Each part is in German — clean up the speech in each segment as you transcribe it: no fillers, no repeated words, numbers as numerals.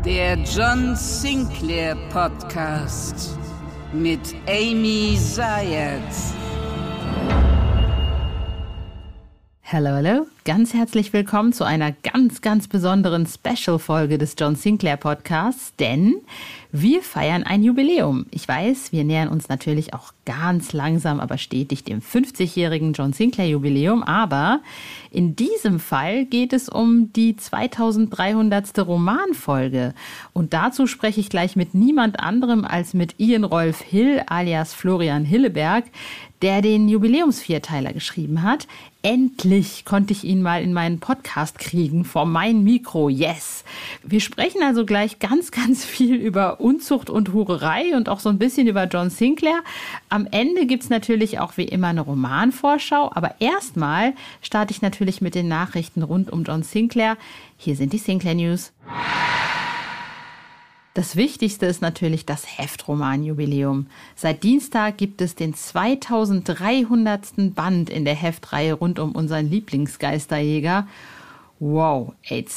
Der John Sinclair Podcast mit Amy Zayat. Hallo, ganz herzlich willkommen zu einer ganz besonderen Special-Folge des John Sinclair Podcasts, denn wir feiern ein Jubiläum. Ich weiß, wir nähern uns natürlich auch ganz langsam, aber stetig dem 50-jährigen John Sinclair Jubiläum, aber in diesem Fall geht es um die 2300. Romanfolge und dazu spreche ich gleich mit niemand anderem als mit Ian Rolf Hill alias Florian Hilleberg, der den Jubiläumsvierteiler geschrieben hat. Endlich konnte ich ihn mal in meinen Podcast kriegen, vor mein Mikro, yes! Wir sprechen also gleich ganz viel über Unzucht und Hurerei und auch so ein bisschen über John Sinclair. Am Ende gibt's natürlich auch wie immer eine Romanvorschau, aber erstmal starte ich natürlich mit den Nachrichten rund um John Sinclair. Hier sind die Sinclair News. Das Wichtigste ist natürlich das Heftroman-Jubiläum. Seit Dienstag gibt es den 2300. Band in der Heftreihe rund um unseren Lieblingsgeisterjäger. Wow,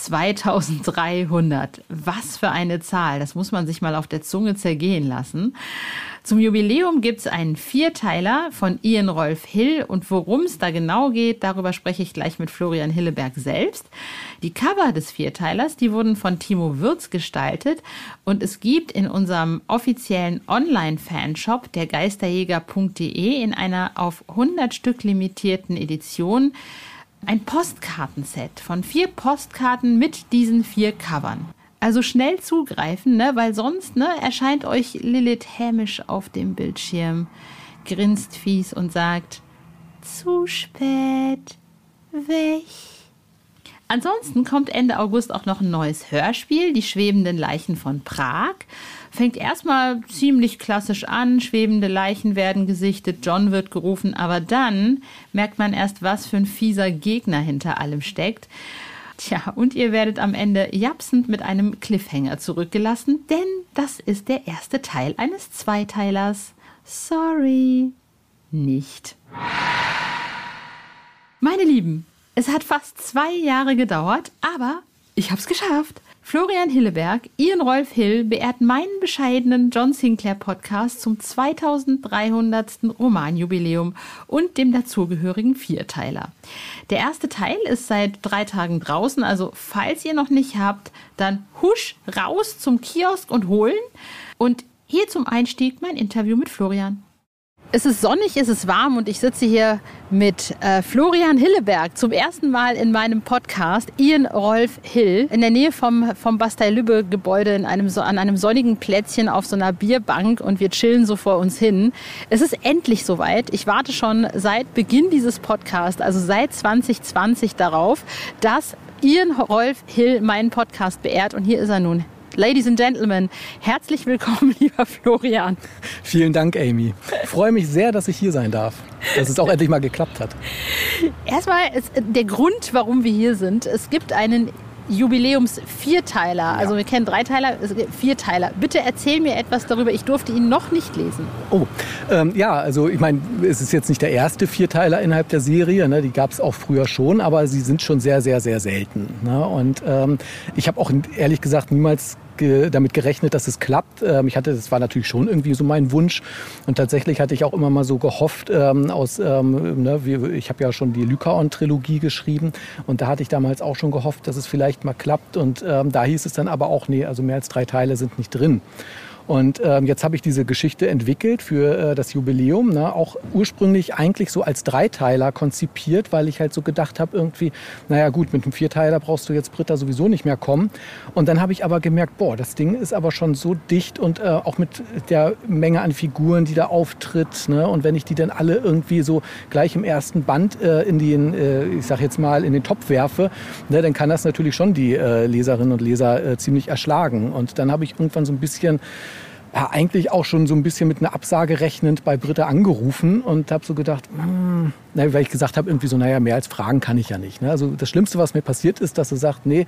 2300. Was für eine Zahl. Das muss man sich mal auf der Zunge zergehen lassen. Zum Jubiläum gibt es einen Vierteiler von Ian Rolf Hill und worum es da genau geht, darüber spreche ich gleich mit Florian Hilleberg selbst. Die Cover des Vierteilers, die wurden von Timo Würz gestaltet und es gibt in unserem offiziellen Online-Fanshop der geisterjäger.de in einer auf 100 Stück limitierten Edition ein Postkartenset von 4 Postkarten mit diesen 4 Covern. Also schnell zugreifen, ne? Weil sonst erscheint euch Lilith hämisch auf dem Bildschirm, grinst fies und sagt, zu spät, weg. Ansonsten kommt Ende August auch noch ein neues Hörspiel, Die schwebenden Leichen von Prag. Fängt erstmal ziemlich klassisch an, schwebende Leichen werden gesichtet, John wird gerufen, aber dann merkt man erst, was für ein fieser Gegner hinter allem steckt. Tja, und ihr werdet am Ende japsend mit einem Cliffhanger zurückgelassen, denn das ist der erste Teil eines Zweiteilers. Sorry, nicht. Meine Lieben, es hat fast 2 Jahre gedauert, aber ich hab's geschafft. Florian Hilleberg, Ian Rolf Hill beehrt meinen bescheidenen John Sinclair Podcast zum 2300. Romanjubiläum und dem dazugehörigen Vierteiler. Der erste Teil ist seit 3 Tagen draußen, also falls ihr noch nicht habt, dann husch raus zum Kiosk und holen. Und hier zum Einstieg mein Interview mit Florian. Es ist sonnig, es ist warm und ich sitze hier mit Florian Hilleberg zum ersten Mal in meinem Podcast, Ian Rolf Hill, in der Nähe vom Bastei-Lübbe-Gebäude an einem sonnigen Plätzchen auf so einer Bierbank und wir chillen so vor uns hin. Es ist endlich soweit. Ich warte schon seit Beginn dieses Podcasts, also seit 2020 darauf, dass Ian Rolf Hill meinen Podcast beehrt und hier ist er nun. Ladies and Gentlemen, herzlich willkommen, lieber Florian. Vielen Dank, Amy. Ich freue mich sehr, dass ich hier sein darf, dass es auch endlich mal geklappt hat. Erstmal ist der Grund, warum wir hier sind. Es gibt einen Jubiläums-Vierteiler. Ja. Also wir kennen 3 Teiler, es gibt 4 Teiler. Bitte erzähl mir etwas darüber. Ich durfte ihn noch nicht lesen. Also ich meine, es ist jetzt nicht der erste Vierteiler innerhalb der Serie. Ne? Die gab es auch früher schon, aber sie sind schon sehr selten. Ne? Und ich habe auch ehrlich gesagt niemals damit gerechnet, dass es klappt. Das war natürlich schon irgendwie so mein Wunsch. Und tatsächlich hatte ich auch immer mal so gehofft, ich habe ja schon die Lykaon-Trilogie geschrieben und da hatte ich damals auch schon gehofft, dass es vielleicht mal klappt. Und da hieß es dann aber auch, nee, also mehr als 3 Teile sind nicht drin. Und jetzt habe ich diese Geschichte entwickelt für das Jubiläum, ne? Auch ursprünglich eigentlich so als Dreiteiler konzipiert, weil ich halt so gedacht habe irgendwie, naja gut, mit einem Vierteiler brauchst du jetzt Britta sowieso nicht mehr kommen. Und dann habe ich aber gemerkt, boah, das Ding ist aber schon so dicht und auch mit der Menge an Figuren, die da auftritt, ne? Und wenn ich die dann alle irgendwie so gleich im ersten Band in den Topf werfe, ne, dann kann das natürlich schon die Leserinnen und Leser ziemlich erschlagen. Und dann habe ich irgendwann so ein bisschen eigentlich auch schon so ein bisschen mit einer Absage rechnend bei Britta angerufen und habe so gedacht, weil ich gesagt habe, irgendwie so, naja, mehr als fragen kann ich ja nicht. Ne? Also das Schlimmste, was mir passiert ist, dass sie sagt, nee,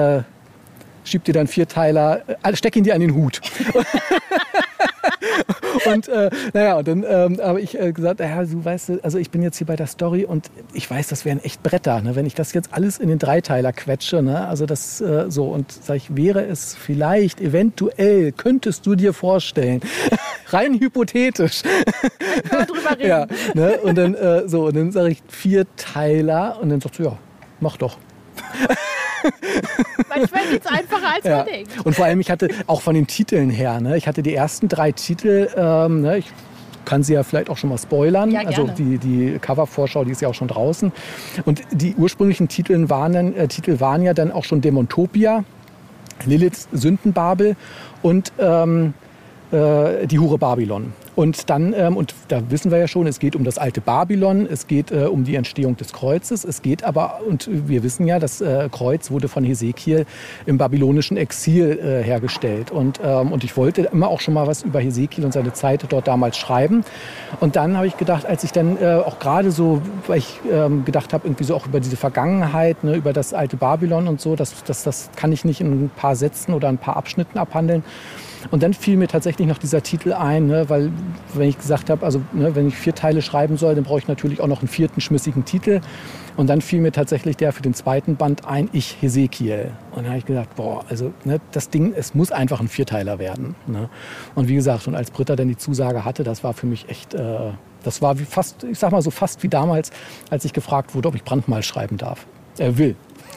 schieb dir dann Vierteiler, steck ihn dir an den Hut. Und und dann habe ich gesagt, du weißt, also ich bin jetzt hier bei der Story und ich weiß, das wären echt Bretter, ne, wenn ich das jetzt alles in den Dreiteiler quetsche, ne, also das so, und sag ich, wäre es vielleicht, eventuell, könntest du dir vorstellen, rein hypothetisch. Drüber reden. Ja, ne, und dann und dann sage ich 4-Teiler und dann sagt sie, ja, mach doch. Manchmal geht es einfacher, als man denkt. Und vor allem, ich hatte auch von den Titeln her, ne, ich hatte die ersten 3 Titel, ich kann sie ja vielleicht auch schon mal spoilern. Ja, also die Covervorschau, die ist ja auch schon draußen. Und die ursprünglichen Titel waren ja dann auch schon Demontopia, Liliths Sündenbabel und die Hure Babylon. Und dann, und da wissen wir ja schon, es geht um das alte Babylon, es geht um die Entstehung des Kreuzes, es geht aber, und wir wissen ja, das Kreuz wurde von Hesekiel im babylonischen Exil hergestellt. Und ich wollte immer auch schon mal was über Hesekiel und seine Zeit dort damals schreiben. Und dann habe ich gedacht, als ich dann auch gerade so, weil ich gedacht habe, irgendwie so auch über diese Vergangenheit, ne, über das alte Babylon und so, das kann ich nicht in ein paar Sätzen oder ein paar Abschnitten abhandeln. Und dann fiel mir tatsächlich noch dieser Titel ein, ne, weil wenn ich gesagt habe, also ne, wenn ich 4 Teile schreiben soll, dann brauche ich natürlich auch noch einen 4. schmissigen Titel. Und dann fiel mir tatsächlich der für den 2. Band ein, Ich Hesekiel. Und dann habe ich gedacht, also ne, das Ding, es muss einfach ein 4-Teiler werden. Ne? Und wie gesagt, und als Britta dann die Zusage hatte, das war für mich echt, das war wie fast, ich sag mal so fast wie damals, als ich gefragt wurde, ob ich Brandmal schreiben will.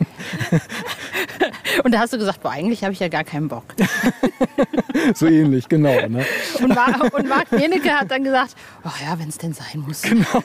Und da hast du gesagt, eigentlich habe ich ja gar keinen Bock. So ähnlich, genau. Ne? Und Marc Benecke hat dann gesagt, wenn es denn sein muss. Genau.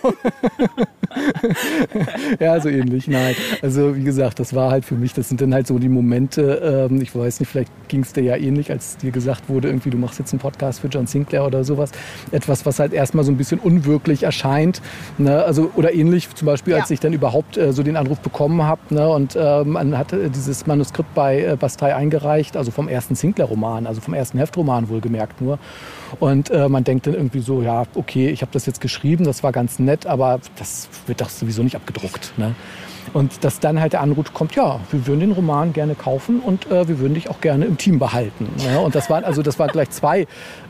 Ja, so ähnlich, nein. Also wie gesagt, das war halt für mich, das sind dann halt so die Momente, ich weiß nicht, vielleicht ging es dir ja ähnlich, als dir gesagt wurde, irgendwie du machst jetzt einen Podcast für John Sinclair oder sowas. Etwas, was halt erstmal so ein bisschen unwirklich erscheint. Ne? Also, oder ähnlich zum Beispiel, als ich dann überhaupt so den Anruf bekommen habe, ne? Und man hat dieses Manuskript bei Bastei eingereicht, also vom ersten Sinclair-Roman, also vom ersten Heftroman wohlgemerkt nur. Und man denkt dann irgendwie so, ja, okay, ich habe das jetzt geschrieben, das war ganz nett, aber das wird doch sowieso nicht abgedruckt. Ne? Und dass dann halt der Anruf kommt, ja, wir würden den Roman gerne kaufen und wir würden dich auch gerne im Team behalten. Ne? Und das waren gleich 2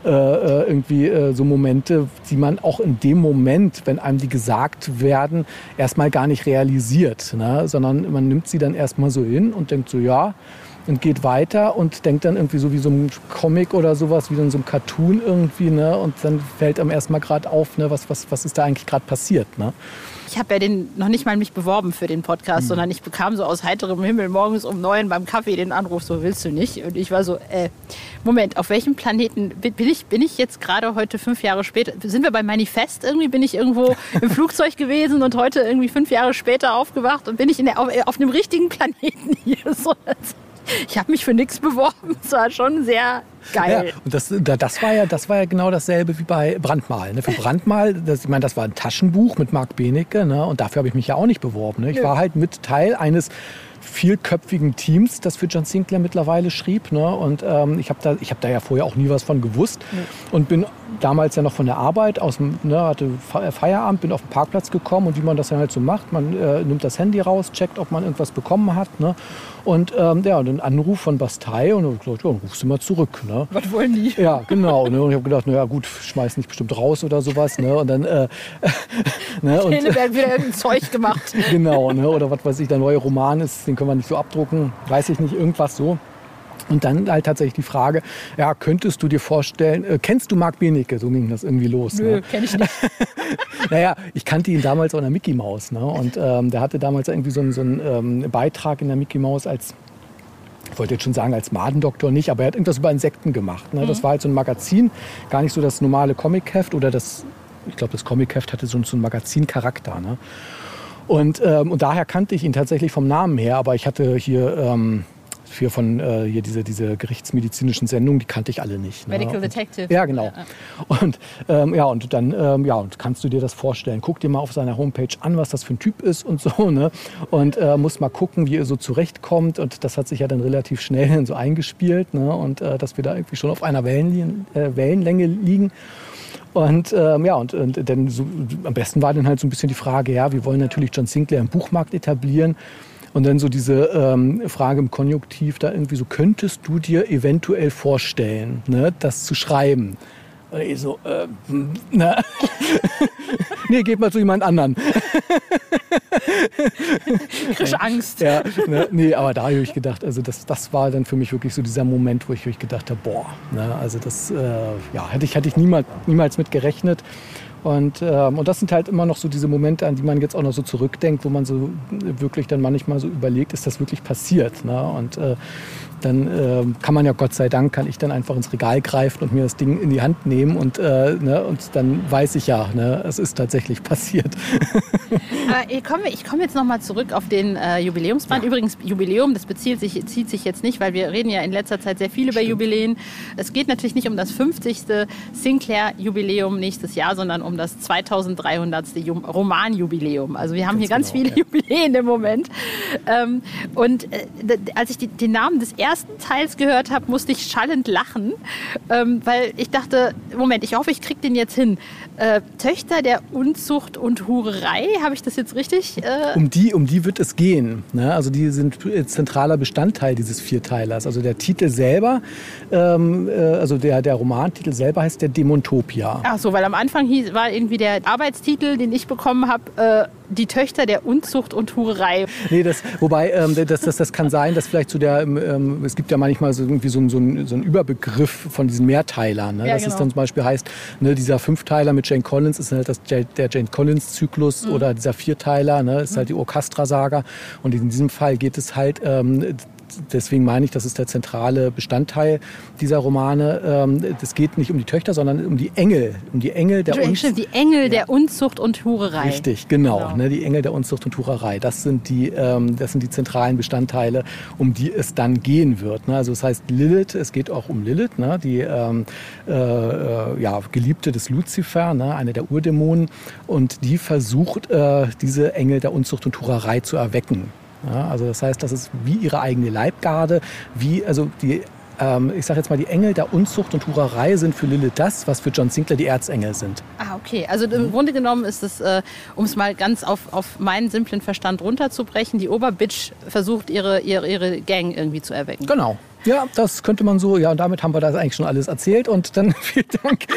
so Momente, die man auch in dem Moment, wenn einem die gesagt werden, erstmal gar nicht realisiert. Ne? Sondern man nimmt sie dann erstmal so hin und denkt so, ja, und geht weiter und denkt dann irgendwie so wie so ein Comic oder sowas, wie in so einem Cartoon irgendwie, ne? Und dann fällt einem erstmal gerade auf, ne? Was ist da eigentlich gerade passiert, ne? Ich habe ja noch nicht mal mich beworben für den Podcast, sondern ich bekam so aus heiterem Himmel morgens um 9 beim Kaffee den Anruf, so willst du nicht? Und ich war so, Moment, auf welchem Planeten bin ich jetzt gerade heute 5 Jahre später? Sind wir bei Manifest irgendwie? Bin ich irgendwo im Flugzeug gewesen und heute irgendwie 5 Jahre später aufgewacht und bin ich auf einem richtigen Planeten hier? So, ich habe mich für nichts beworben. Es war schon sehr geil. Ja, und das war ja genau dasselbe wie bei Brandmal. Ne? Für Brandmal, das war ein Taschenbuch mit Marc Benecke, ne? Und dafür habe ich mich ja auch nicht beworben. Ne? Ich war halt mit Teil eines vielköpfigen Teams, das für John Sinclair mittlerweile schrieb. Ne? Und ich habe da ja vorher auch nie was von gewusst. Und bin damals ja noch von der Arbeit hatte Feierabend, bin auf den Parkplatz gekommen und wie man das dann halt so macht, man nimmt das Handy raus, checkt, ob man irgendwas bekommen hat. Ne? Und und ein Anruf von Bastei und ich gesagt, ja, ruf sie mal zurück. Ne? Was wollen die? Ja, genau. Ne? Und ich habe gedacht, naja gut, schmeiß nicht bestimmt raus oder sowas. Ne? Und dann ne? Teleberg wieder irgendein Zeug gemacht. Genau, ne? Oder was weiß ich, der neue Roman ist, den können wir nicht so abdrucken, weiß ich nicht, irgendwas so. Und dann halt tatsächlich die Frage, ja, könntest du dir vorstellen, kennst du Marc Benecke? So ging das irgendwie los. Nö, ne? kenn ich nicht. Naja, ich kannte ihn damals auch in der Mickey Mouse. Ne? Und der hatte damals irgendwie so einen Beitrag in der Mickey Mouse als, ich wollte jetzt schon sagen als Madendoktor nicht, aber er hat irgendwas über Insekten gemacht. Ne? Das war halt so ein Magazin, gar nicht so das normale Comicheft oder ich glaube, das Comicheft hatte so einen Magazincharakter. Ne? Und daher kannte ich ihn tatsächlich vom Namen her, aber ich hatte hier hier diese gerichtsmedizinischen Sendungen, die kannte ich alle nicht. Ne? Medical Detective. Ja, genau. Und und dann und kannst du dir das vorstellen? Guck dir mal auf seiner Homepage an, was das für ein Typ ist und so, ne? Und musst mal gucken, wie er so zurechtkommt. Und das hat sich ja dann relativ schnell so eingespielt, ne? Und dass wir da irgendwie schon auf einer Wellenlänge liegen. Und und dann so, am besten war dann halt so ein bisschen die Frage, ja, wir wollen natürlich John Sinclair im Buchmarkt etablieren. Und dann so diese Frage im Konjunktiv da irgendwie so, könntest du dir eventuell vorstellen, ne, das zu schreiben? Und ich so, na. Nee, geht mal zu jemand anderen. Kriegst Angst. Ja, ne, nee, aber da habe ich gedacht, also das war dann für mich wirklich so dieser Moment, wo ich gedacht habe, boah, ne, also das hätte ich niemals mit gerechnet. Und das sind halt immer noch so diese Momente, an die man jetzt auch noch so zurückdenkt, wo man so wirklich dann manchmal so überlegt, ist das wirklich passiert? Ne? Und dann kann man ja, Gott sei Dank, kann ich dann einfach ins Regal greifen und mir das Ding in die Hand nehmen und dann weiß ich ja, ne, es ist tatsächlich passiert. Aber ich komme jetzt nochmal zurück auf den Jubiläumsband. Ja. Übrigens, Jubiläum, das zieht sich jetzt nicht, weil wir reden ja in letzter Zeit sehr viel über Jubiläen. Es geht natürlich nicht um das 50. Sinclair-Jubiläum nächstes Jahr, sondern um das 2300. Roman-Jubiläum. Also wir haben hier ganz viele Jubiläen im Moment. Als ich den Namen des ersten Teils gehört habe, musste ich schallend lachen, weil ich dachte, Moment, ich hoffe, ich kriege den jetzt hin. Töchter der Unzucht und Hurerei, habe ich das jetzt richtig? Um die wird es gehen. Ne? Also die sind zentraler Bestandteil dieses Vierteilers. Also der Titel selber, also der Romantitel selber heißt der Demontopia. Ach so, weil am Anfang war irgendwie der Arbeitstitel, den ich bekommen habe, die Töchter der Unzucht und Hurerei. Nee, das kann sein, dass vielleicht es gibt ja manchmal so irgendwie so einen Überbegriff von diesen Mehrteilern. Ne? Ja, dass es dann zum Beispiel heißt, ne, dieser Fünfteiler mit Jane Collins ist halt der Jane Collins-Zyklus oder dieser Vierteiler, ne, ist halt die Orchestra-Saga. Und in diesem Fall geht es halt, deswegen meine ich, das ist der zentrale Bestandteil dieser Romane. Das geht nicht um die Töchter, sondern um die Engel. Um die Engel der Unzucht. Die Engel der Unzucht und Hurerei. Richtig, genau. Ne, die Engel der Unzucht und Hurerei. Das sind die zentralen Bestandteile, um die es dann gehen wird. Ne? Also es heißt Lilith, es geht auch um Lilith, ne? Die Geliebte des Luzifer, ne? Eine der Urdämonen. Und die versucht, diese Engel der Unzucht und Hurerei zu erwecken. Ja, also das heißt, das ist wie ihre eigene Leibgarde, ich sage jetzt mal, die Engel der Unzucht und Hurerei sind für Lilith das, was für John Sinclair die Erzengel sind. Ah, okay. Also im Grunde genommen ist es, um es mal ganz auf meinen simplen Verstand runterzubrechen, die Oberbitch versucht, ihre Gang irgendwie zu erwecken. Genau. Ja, das könnte man so, ja, und damit haben wir das eigentlich schon alles erzählt und dann vielen Dank.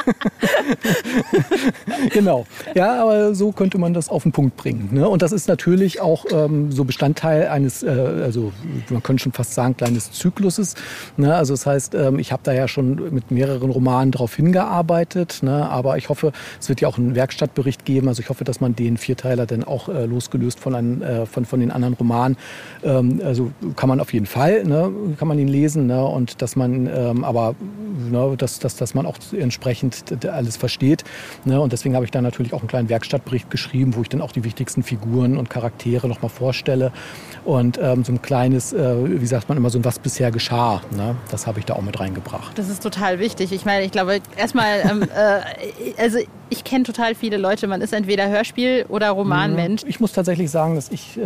Genau. Ja, aber so könnte man das auf den Punkt bringen. Ne? Und das ist natürlich auch so Bestandteil eines, also man könnte schon fast sagen, kleines Zykluses. Ne? Also das heißt, ich habe da ja schon mit mehreren Romanen darauf hingearbeitet, ne? Aber ich hoffe, es wird ja auch einen Werkstattbericht geben. Also ich hoffe, dass man den Vierteiler dann auch losgelöst von den anderen Romanen, also kann man auf jeden Fall, ne? Kann man ihn lesen, ne? Und dass man dass man auch entsprechend alles versteht, ne? Und deswegen habe ich da natürlich auch einen kleinen Werkstattbericht geschrieben, wo ich dann auch die wichtigsten Figuren und Charaktere noch mal vorstelle und so ein kleines, wie sagt man immer, so ein was bisher geschah, ne? Das habe ich da auch mit reingebracht. Das ist total wichtig. Ich meine, ich glaube erstmal, also ich kenne total viele Leute, man ist entweder Hörspiel- oder Romanmensch. Ich muss tatsächlich sagen, dass ich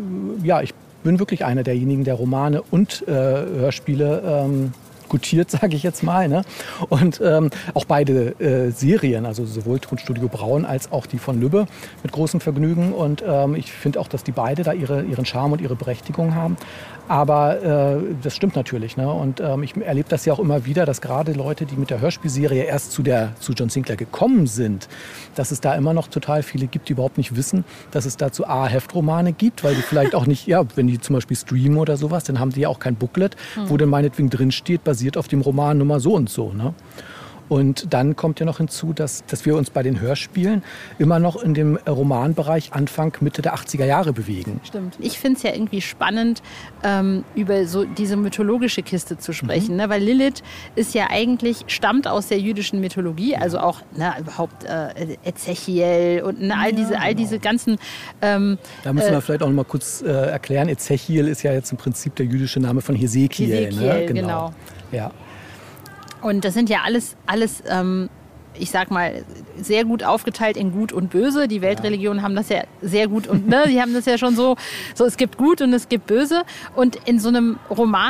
bin wirklich einer derjenigen, der Romane und Hörspiele gutiert, sage ich jetzt mal. Ne? Und auch beide Serien, also sowohl Tonstudio Braun als auch die von Lübbe, mit großem Vergnügen. Und ich finde auch, dass die beide da ihren Charme und ihre Berechtigung haben. Aber das stimmt natürlich. Ne? Und ich erlebe das ja auch immer wieder, dass gerade Leute, die mit der Hörspielserie erst zu John Sinclair gekommen sind, dass es da immer noch total viele gibt, die überhaupt nicht wissen, dass es dazu Heftromane gibt, weil die vielleicht auch nicht, ja, wenn die zum Beispiel streamen oder sowas, dann haben die ja auch kein Booklet, wo dann meinetwegen drin steht, basiert auf dem Roman Nummer so und so. Ne? Und dann kommt ja noch hinzu, dass wir uns bei den Hörspielen immer noch in dem Romanbereich Anfang, Mitte der 80er Jahre bewegen. Stimmt. Ich finde es ja irgendwie spannend, über so diese mythologische Kiste zu sprechen. Ne? Weil Lilith ist ja eigentlich, stammt aus der jüdischen Mythologie, also auch überhaupt Ezechiel und all diese ganzen... da müssen wir vielleicht auch noch mal kurz erklären, Ezechiel ist ja jetzt im Prinzip der jüdische Name von Hesekiel. Ne? Genau. Ja. Und das sind ja alles ich sag mal, sehr gut aufgeteilt in Gut und Böse. Die Weltreligionen haben das ja sehr gut und die haben das ja schon so, es gibt Gut und es gibt Böse. Und in so einem Roman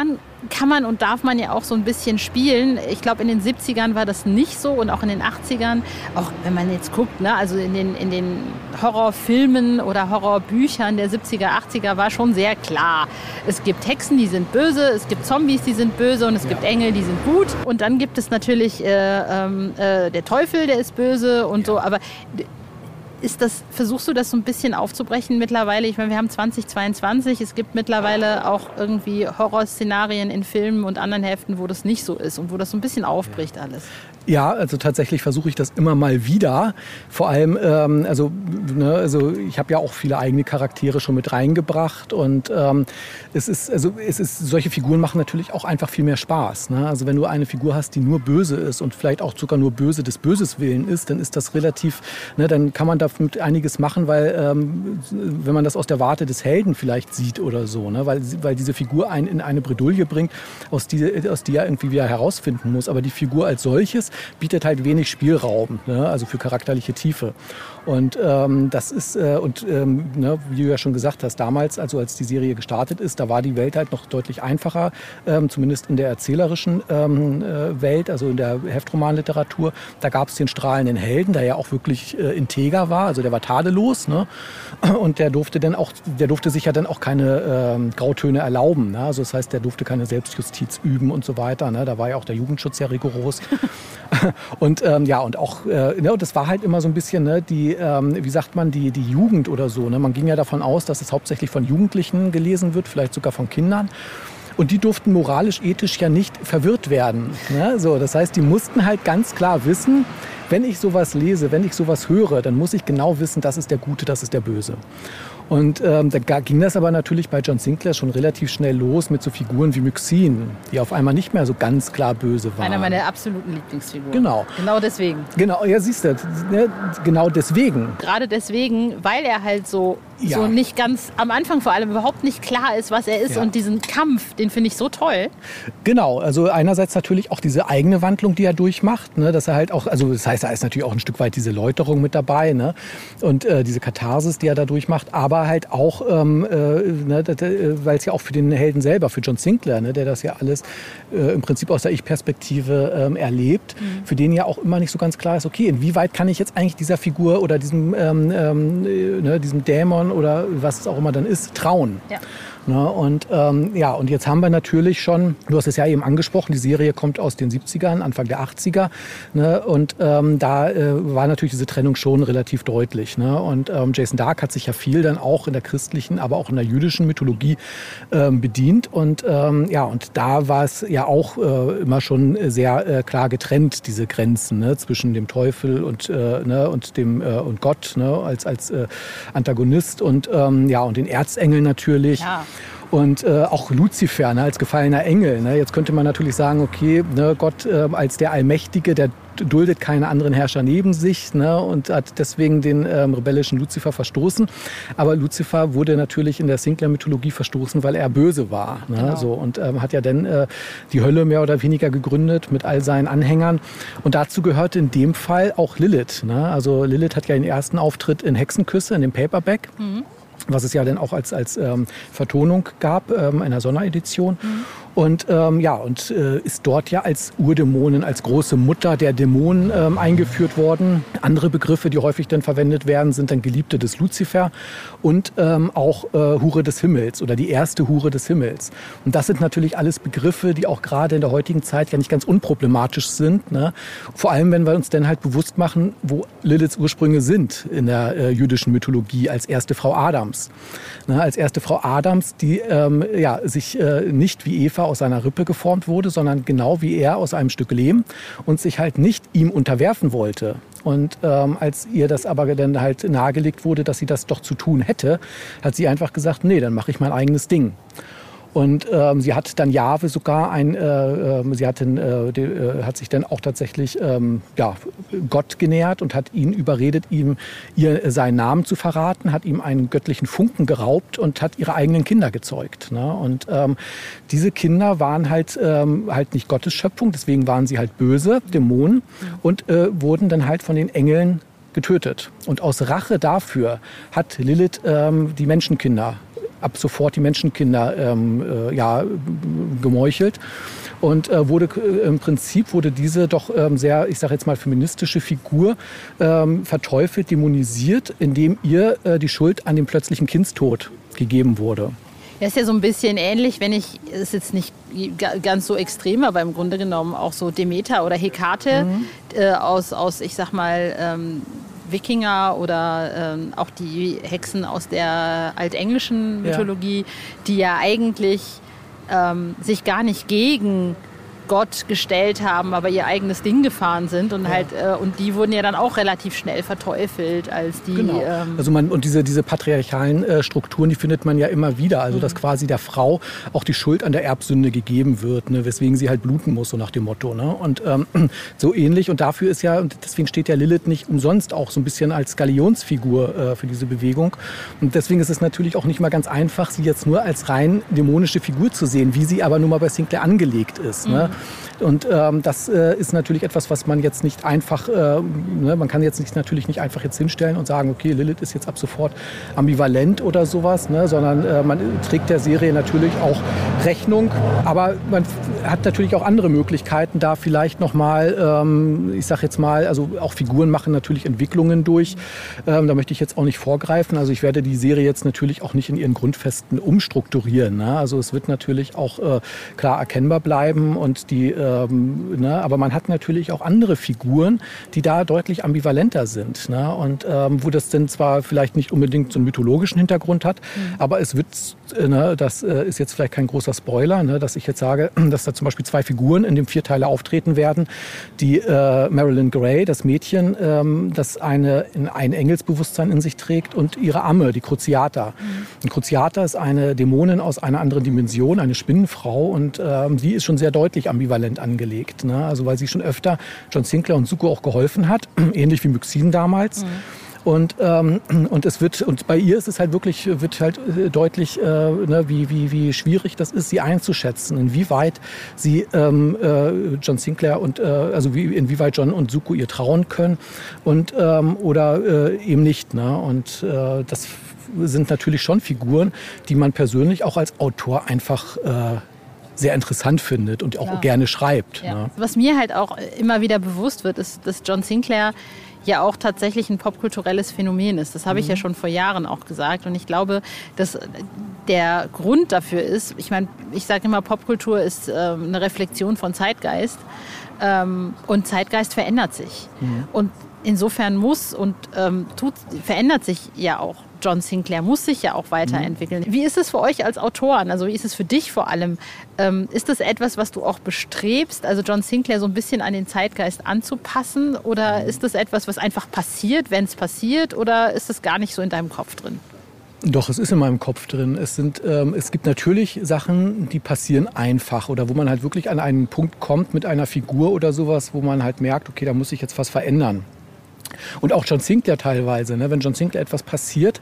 kann man und darf man ja auch so ein bisschen spielen. Ich glaube, in den 70ern war das nicht so und auch in den 80ern. Auch wenn man jetzt guckt, ne, also in den Horrorfilmen oder Horrorbüchern der 70er, 80er war schon sehr klar. Es gibt Hexen, die sind böse, es gibt Zombies, die sind böse und es gibt Engel, die sind gut. Und dann gibt es natürlich der Teufel, der ist böse und so. Aber versuchst du das so ein bisschen aufzubrechen mittlerweile? Ich meine, wir haben 2022, es gibt mittlerweile auch irgendwie Horrorszenarien in Filmen und anderen Heften, wo das nicht so ist und wo das so ein bisschen aufbricht alles. Ja, also tatsächlich versuche ich das immer mal wieder. Vor allem, also ich habe ja auch viele eigene Charaktere schon mit reingebracht und solche Figuren machen natürlich auch einfach viel mehr Spaß. Ne? Also wenn du eine Figur hast, die nur böse ist und vielleicht auch sogar nur böse des Böses willen ist, dann ist das relativ, ne, dann kann man damit einiges machen, weil wenn man das aus der Warte des Helden vielleicht sieht oder so, ne? weil diese Figur einen in eine Bredouille bringt, aus die er irgendwie wieder herausfinden muss. Aber die Figur als solches bietet halt wenig Spielraum, ne? Also für charakterliche Tiefe. Und das ist, ne, wie du ja schon gesagt hast, damals, also als die Serie gestartet ist, da war die Welt halt noch deutlich einfacher, zumindest in der erzählerischen Welt, also in der Heftromanliteratur. Da gab es den strahlenden Helden, der ja auch wirklich integer war, also der war tadellos, ne? Und der durfte sich ja dann auch keine Grautöne erlauben, ne? Also das heißt, der durfte keine Selbstjustiz üben und so weiter, ne? Da war ja auch der Jugendschutz ja rigoros. Und und auch, und das war halt immer so ein bisschen, ne, die Jugend oder so. Ne? Man ging ja davon aus, dass es hauptsächlich von Jugendlichen gelesen wird, vielleicht sogar von Kindern. Und die durften moralisch, ethisch ja nicht verwirrt werden. Ne? So, das heißt, die mussten halt ganz klar wissen, wenn ich sowas lese, wenn ich sowas höre, dann muss ich genau wissen, das ist der Gute, das ist der Böse. Und da ging das aber natürlich bei John Sinclair schon relativ schnell los mit so Figuren wie Myxine, die auf einmal nicht mehr so ganz klar böse waren. Einer meiner absoluten Lieblingsfiguren. Genau. Genau deswegen. Genau, ja, siehst du, ne, genau deswegen. Gerade deswegen, weil er halt so nicht ganz, am Anfang vor allem überhaupt nicht klar ist, was er ist und diesen Kampf, den finde ich so toll. Genau, also einerseits natürlich auch diese eigene Wandlung, die er durchmacht, ne, dass er halt auch, also das heißt, da ist natürlich auch ein Stück weit diese Läuterung mit dabei, ne, und diese Katharsis, die er da durchmacht, aber halt auch, weil es ja auch für den Helden selber, für John Sinclair, ne, der das ja alles im Prinzip aus der Ich-Perspektive erlebt, für den ja auch immer nicht so ganz klar ist, okay, inwieweit kann ich jetzt eigentlich dieser Figur oder diesem Dämon oder was es auch immer dann ist, trauen. Ja. Ne, und jetzt haben wir natürlich schon, du hast es ja eben angesprochen, die Serie kommt aus den 70ern, Anfang der 80er. Ne, und da war natürlich diese Trennung schon relativ deutlich. Ne, und Jason Dark hat sich ja viel dann auch in der christlichen, aber auch in der jüdischen Mythologie bedient. Und und da war es ja auch immer schon sehr klar getrennt, diese Grenzen, ne, zwischen dem Teufel und Gott, ne, als Antagonist und den Erzengeln natürlich. Ja. Und auch Luzifer, ne, als gefallener Engel. Ne. Jetzt könnte man natürlich sagen, okay, ne, Gott als der Allmächtige, der duldet keine anderen Herrscher neben sich, ne, und hat deswegen den rebellischen Luzifer verstoßen. Aber Luzifer wurde natürlich in der Sinclair-Mythologie verstoßen, weil er böse war. Ne, genau. So, und hat ja dann die Hölle mehr oder weniger gegründet mit all seinen Anhängern. Und dazu gehörte in dem Fall auch Lilith. Ne. Also Lilith hat ja den ersten Auftritt in Hexenküsse, in dem Paperback. Mhm. Was es ja dann auch als Vertonung gab, einer Sonderedition. Mhm. Und ist dort ja als Urdämonin, als große Mutter der Dämonen eingeführt worden. Andere Begriffe, die häufig dann verwendet werden, sind dann Geliebte des Luzifer und auch Hure des Himmels oder die erste Hure des Himmels. Und das sind natürlich alles Begriffe, die auch gerade in der heutigen Zeit ja nicht ganz unproblematisch sind. Ne? Vor allem, wenn wir uns dann halt bewusst machen, wo Liliths Ursprünge sind in der jüdischen Mythologie als erste Frau Adams. Ne? Als erste Frau Adams, die sich nicht wie Eva aus seiner Rippe geformt wurde, sondern genau wie er aus einem Stück Lehm und sich halt nicht ihm unterwerfen wollte. Und als ihr das aber dann halt nahegelegt wurde, dass sie das doch zu tun hätte, hat sie einfach gesagt, nee, dann mache ich mein eigenes Ding. Und sie hat dann Jahwe sogar hat sich dann auch tatsächlich Gott genähert und hat ihn überredet, ihr seinen Namen zu verraten, hat ihm einen göttlichen Funken geraubt und hat ihre eigenen Kinder gezeugt. Ne? Und diese Kinder waren halt nicht Gottes Schöpfung, deswegen waren sie halt böse, Dämonen, und wurden dann halt von den Engeln getötet. Und aus Rache dafür hat Lilith die Menschenkinder ab sofort die Menschenkinder gemeuchelt. Und im Prinzip wurde diese doch sehr, ich sage jetzt mal, feministische Figur verteufelt, dämonisiert, indem ihr die Schuld an dem plötzlichen Kindstod gegeben wurde. Das ist ja so ein bisschen ähnlich, ist jetzt nicht ganz so extrem, aber im Grunde genommen auch so Demeter oder Hekate aus, ich sag mal, Wikinger oder auch die Hexen aus der altenglischen Mythologie, die ja eigentlich sich gar nicht gegen Gott gestellt haben, aber ihr eigenes Ding gefahren sind und und die wurden ja dann auch relativ schnell verteufelt als die. Genau. Also und diese patriarchalen Strukturen, die findet man ja immer wieder. Also dass quasi der Frau auch die Schuld an der Erbsünde gegeben wird, ne, weswegen sie halt bluten muss, so nach dem Motto. Ne? Und so ähnlich. Und dafür ist ja, und deswegen steht ja Lilith nicht umsonst auch so ein bisschen als Galionsfigur für diese Bewegung. Und deswegen ist es natürlich auch nicht mal ganz einfach, sie jetzt nur als rein dämonische Figur zu sehen, wie sie aber nun mal bei Sinclair angelegt ist. Ne? Und das ist natürlich etwas, was man jetzt nicht einfach, man kann jetzt natürlich nicht einfach jetzt hinstellen und sagen, okay, Lilith ist jetzt ab sofort ambivalent oder sowas, ne? Sondern man trägt der Serie natürlich auch Rechnung, aber man hat natürlich auch andere Möglichkeiten, da vielleicht nochmal, ich sag jetzt mal, also auch Figuren machen natürlich Entwicklungen durch, da möchte ich jetzt auch nicht vorgreifen, also ich werde die Serie jetzt natürlich auch nicht in ihren Grundfesten umstrukturieren, ne? Also es wird natürlich auch klar erkennbar bleiben und aber man hat natürlich auch andere Figuren, die da deutlich ambivalenter sind. Ne? Und wo das dann zwar vielleicht nicht unbedingt so einen mythologischen Hintergrund hat, aber es wird, das ist jetzt vielleicht kein großer Spoiler, ne, dass ich jetzt sage, dass da zum Beispiel 2 Figuren in dem Vierteiler auftreten werden. Die Marilyn Gray, das Mädchen, das ein Engelsbewusstsein in sich trägt, und ihre Amme, die Cruciata. Und Cruciata ist eine Dämonin aus einer anderen Dimension, eine Spinnenfrau, und die ist schon sehr deutlich ambivalent angelegt. Ne? Also weil sie schon öfter John Sinclair und Zuko auch geholfen hat, ähnlich wie Myxine damals. Und bei ihr ist es halt wirklich, wird halt deutlich, wie schwierig das ist, sie einzuschätzen, inwieweit sie John Sinclair und inwieweit John und Zuko ihr trauen können oder eben nicht. Ne? Und das sind natürlich schon Figuren, die man persönlich auch als Autor einfach sehr interessant findet und auch gerne schreibt. Ja. Ne? Was mir halt auch immer wieder bewusst wird, ist, dass John Sinclair ja auch tatsächlich ein popkulturelles Phänomen ist. Das habe ich ja schon vor Jahren auch gesagt. Und ich glaube, dass der Grund dafür ist, ich meine, ich sage immer, Popkultur ist eine Reflexion von Zeitgeist. Und Zeitgeist verändert sich. Und insofern verändert sich ja auch. John Sinclair muss sich ja auch weiterentwickeln. Wie ist es für euch als Autoren? Also wie ist es für dich vor allem? Ist das etwas, was du auch bestrebst, also John Sinclair so ein bisschen an den Zeitgeist anzupassen? Oder ist das etwas, was einfach passiert, wenn es passiert? Oder ist das gar nicht so in deinem Kopf drin? Doch, es ist in meinem Kopf drin. Es gibt natürlich Sachen, die passieren einfach oder wo man halt wirklich an einen Punkt kommt mit einer Figur oder sowas, wo man halt merkt, okay, da muss ich jetzt was verändern. Und auch John Sinclair teilweise, ne? Wenn John Sinclair etwas passiert,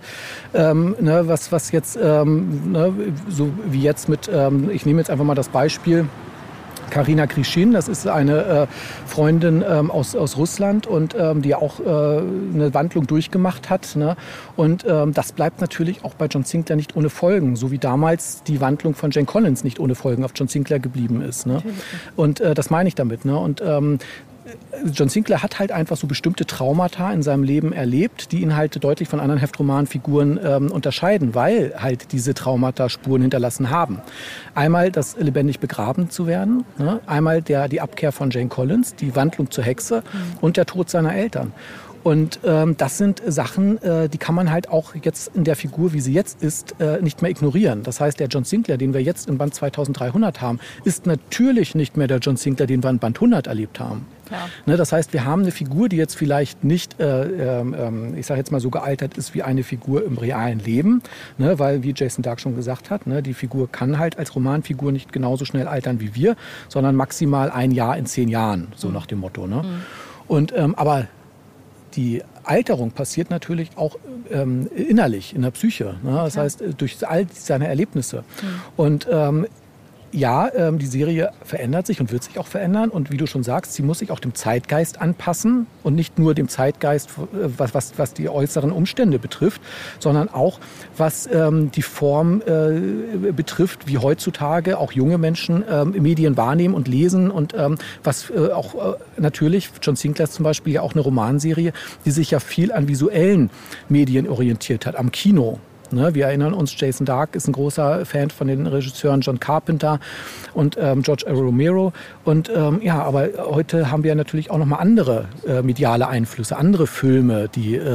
was jetzt, so wie jetzt mit, ich nehme jetzt einfach mal das Beispiel, Karina Krishin, das ist eine Freundin aus Russland und die auch eine Wandlung durchgemacht hat. Ne? Und das bleibt natürlich auch bei John Sinclair nicht ohne Folgen, so wie damals die Wandlung von Jane Collins nicht ohne Folgen auf John Sinclair geblieben ist. Ne? Und das meine ich damit. Ne? Und John Sinclair hat halt einfach so bestimmte Traumata in seinem Leben erlebt, die ihn halt deutlich von anderen Heftromanfiguren unterscheiden, weil halt diese Traumata Spuren hinterlassen haben. Einmal das lebendig begraben zu werden, ne? Einmal die Abkehr von Jane Collins, die Wandlung zur Hexe und der Tod seiner Eltern. Und das sind Sachen, die kann man halt auch jetzt in der Figur, wie sie jetzt ist, nicht mehr ignorieren. Das heißt, der John Sinclair, den wir jetzt in Band 2300 haben, ist natürlich nicht mehr der John Sinclair, den wir in Band 100 erlebt haben. Ne, das heißt, wir haben eine Figur, die jetzt vielleicht nicht, ich sage jetzt mal so gealtert ist wie eine Figur im realen Leben, ne, weil, wie Jason Dark schon gesagt hat, ne, die Figur kann halt als Romanfigur nicht genauso schnell altern wie wir, sondern maximal 1 Jahr in 10 Jahren, so nach dem Motto. Ne? Und, aber die Alterung passiert natürlich auch innerlich, in der Psyche. Ne? Das heißt, durch all seine Erlebnisse. Und die Serie verändert sich und wird sich auch verändern. Und wie du schon sagst, sie muss sich auch dem Zeitgeist anpassen und nicht nur dem Zeitgeist, was die äußeren Umstände betrifft, sondern auch, was die Form betrifft, wie heutzutage auch junge Menschen Medien wahrnehmen und lesen und was auch natürlich, John Sinclair ist zum Beispiel ja auch eine Romanserie, die sich ja viel an visuellen Medien orientiert hat, am Kino. Wir erinnern uns, Jason Dark ist ein großer Fan von den Regisseuren John Carpenter und George A. Romero. Und aber heute haben wir natürlich auch nochmal andere mediale Einflüsse, andere Filme,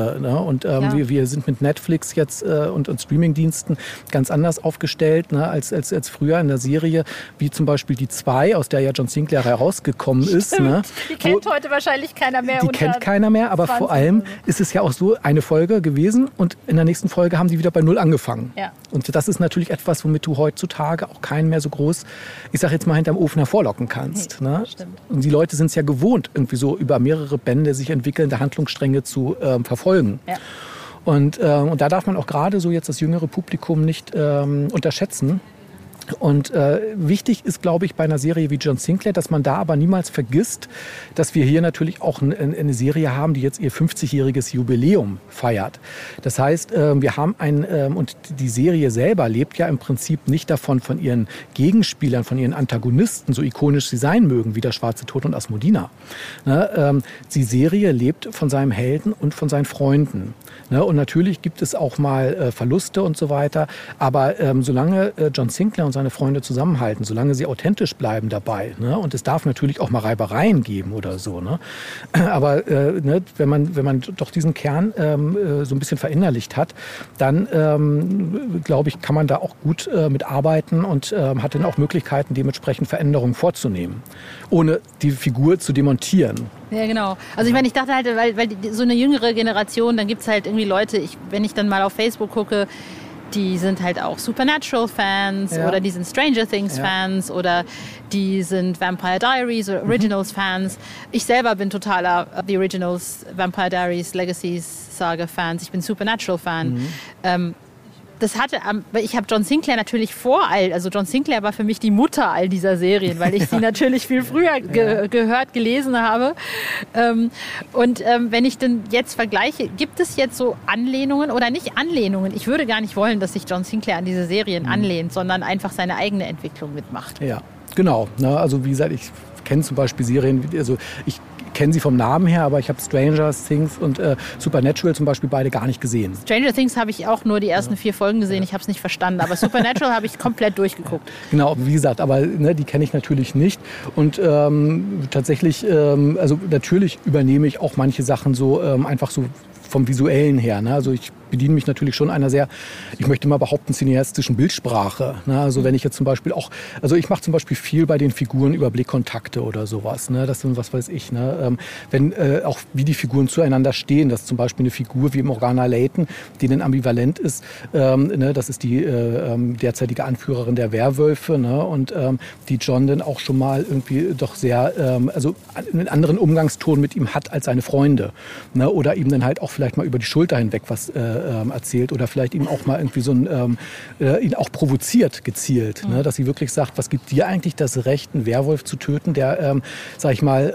wir sind mit Netflix jetzt und Streamingdiensten ganz anders aufgestellt, als früher in der Serie, wie zum Beispiel die 2, aus der ja John Sinclair herausgekommen ist. Die kennt heute wahrscheinlich keiner mehr. Die kennt keiner mehr, aber vor allem ist es ja auch so eine Folge gewesen und in der nächsten Folge haben die wieder bei Null angefangen. Ja. Und das ist natürlich etwas, womit du heutzutage auch keinen mehr so groß, ich sag jetzt mal, hinterm Ofen hervorlocken kannst. Nee, stimmt. Und die Leute sind es ja gewohnt, irgendwie so über mehrere Bände sich entwickelnde Handlungsstränge zu verfolgen. Ja. Und da darf man auch gerade so jetzt das jüngere Publikum nicht unterschätzen. Und wichtig ist, glaube ich, bei einer Serie wie John Sinclair, dass man da aber niemals vergisst, dass wir hier natürlich auch eine Serie haben, die jetzt ihr 50-jähriges Jubiläum feiert. Das heißt, wir haben und die Serie selber lebt ja im Prinzip nicht davon, von ihren Gegenspielern, von ihren Antagonisten, so ikonisch sie sein mögen, wie der Schwarze Tod und Asmodina. Die Serie lebt von seinem Helden und von seinen Freunden. Und natürlich gibt es auch mal Verluste und so weiter, aber solange John Sinclair und seine Freunde zusammenhalten, solange sie authentisch bleiben dabei. Und es darf natürlich auch mal Reibereien geben oder so. Aber wenn man doch diesen Kern so ein bisschen verinnerlicht hat, dann, glaube ich, kann man da auch gut mitarbeiten und hat dann auch Möglichkeiten, dementsprechend Veränderungen vorzunehmen, ohne die Figur zu demontieren. Ja, genau. Also ich dachte halt, weil so eine jüngere Generation, dann gibt es halt irgendwie Leute, wenn ich dann mal auf Facebook gucke, die sind halt auch Supernatural-Fans oder die sind Stranger Things-Fans oder die sind Vampire Diaries oder Originals-Fans. Ich selber bin totaler The Originals, Vampire Diaries, Legacies-Saga-Fans. Ich bin Supernatural-Fan. Ich habe John Sinclair natürlich also John Sinclair war für mich die Mutter all dieser Serien, weil ich sie natürlich viel früher gehört, gelesen habe. Wenn ich denn jetzt vergleiche, gibt es jetzt so Anlehnungen oder nicht Anlehnungen? Ich würde gar nicht wollen, dass sich John Sinclair an diese Serien anlehnt, sondern einfach seine eigene Entwicklung mitmacht. Ja, genau. Also wie gesagt, ich kenne zum Beispiel Serien, ich kenne sie vom Namen her, aber ich habe Stranger Things und Supernatural zum Beispiel beide gar nicht gesehen. Stranger Things habe ich auch nur die ersten 4 Folgen gesehen, ich habe es nicht verstanden, aber Supernatural habe ich komplett durchgeguckt. Genau, wie gesagt, aber die kenne ich natürlich nicht und tatsächlich, also natürlich übernehme ich auch manche Sachen so einfach so vom Visuellen her. Also ich bediene mich natürlich schon einer sehr, ich möchte mal behaupten, cineastischen Bildsprache. Also wenn ich jetzt zum Beispiel auch, also ich mache zum Beispiel viel bei den Figuren über Blickkontakte oder sowas. Das sind, was weiß ich, wenn auch wie die Figuren zueinander stehen, dass zum Beispiel eine Figur wie Morgana Layton, die dann ambivalent ist, das ist die derzeitige Anführerin der Werwölfe und die John dann auch schon mal irgendwie doch sehr, also einen anderen Umgangston mit ihm hat als seine Freunde. Oder ihm dann halt auch vielleicht mal über die Schulter hinweg was erzählt oder vielleicht ihm auch mal irgendwie so ihn auch provoziert gezielt, dass sie wirklich sagt, was gibt dir eigentlich das Recht, einen Werwolf zu töten, der, sag ich mal,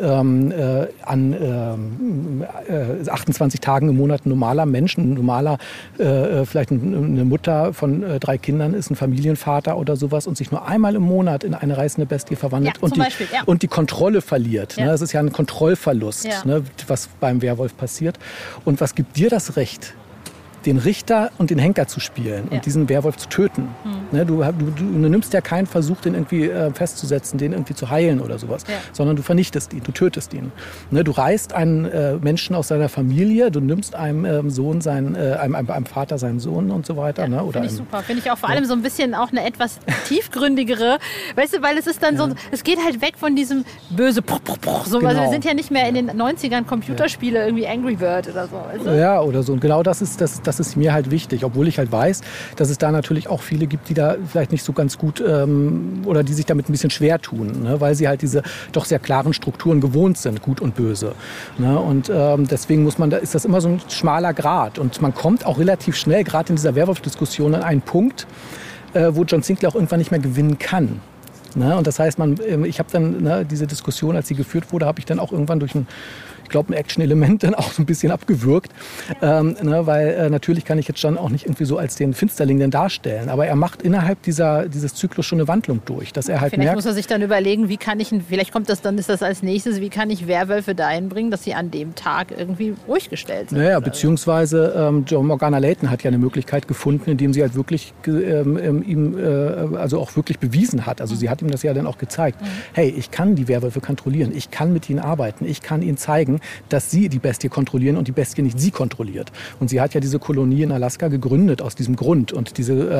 an 28 Tagen im Monat ein normaler Mensch, vielleicht eine Mutter von 3 Kindern ist, ein Familienvater oder sowas und sich nur einmal im Monat in eine reißende Bestie verwandelt und die Kontrolle verliert. Das ist ja ein Kontrollverlust, was beim Werwolf passiert. Und was gibt dir das Recht, den Richter und den Henker zu spielen und diesen Werwolf zu töten? Du nimmst ja keinen Versuch, den irgendwie festzusetzen, den irgendwie zu heilen oder sowas, sondern du vernichtest ihn, du tötest ihn. Du reißt einen Menschen aus seiner Familie, du nimmst einem Sohn einem Vater seinen Sohn und so weiter. Finde ich super. Finde ich auch vor allem so ein bisschen auch eine etwas tiefgründigere, weißt du, weil es ist dann so, es geht halt weg von diesem böse so, also wir sind ja nicht mehr in den 90ern Computerspiele, irgendwie Angry Bird oder so. Weißt du? Ja, oder so. Und genau das ist mir halt wichtig, obwohl ich halt weiß, dass es da natürlich auch viele gibt, die da vielleicht nicht so ganz gut oder die sich damit ein bisschen schwer tun, weil sie halt diese doch sehr klaren Strukturen gewohnt sind, gut und böse. Und deswegen ist das immer so ein schmaler Grat und man kommt auch relativ schnell, gerade in dieser Werwolf-Diskussion, an einen Punkt, wo John Sinclair auch irgendwann nicht mehr gewinnen kann. Ne? Und das heißt, ich habe dann diese Diskussion, als sie geführt wurde, habe ich dann auch irgendwann durch ein Action-Element dann auch so ein bisschen abgewürgt, weil natürlich kann ich jetzt schon auch nicht irgendwie so als den Finsterling dann darstellen, aber er macht innerhalb dieses Zyklus schon eine Wandlung durch, dass er halt Vielleicht merkt, muss er sich dann überlegen, vielleicht kommt das dann, ist das als nächstes, wie kann ich Werwölfe dahin bringen, dass sie an dem Tag irgendwie ruhig gestellt sind. Naja, beziehungsweise Morgana Layton hat ja eine Möglichkeit gefunden, indem sie halt wirklich ihm also auch wirklich bewiesen hat, also sie hat ihm das ja dann auch gezeigt, hey, ich kann die Werwölfe kontrollieren, ich kann mit ihnen arbeiten, ich kann ihnen zeigen, dass sie die Bestie kontrollieren und die Bestie nicht sie kontrolliert. Und sie hat ja diese Kolonie in Alaska gegründet aus diesem Grund. Und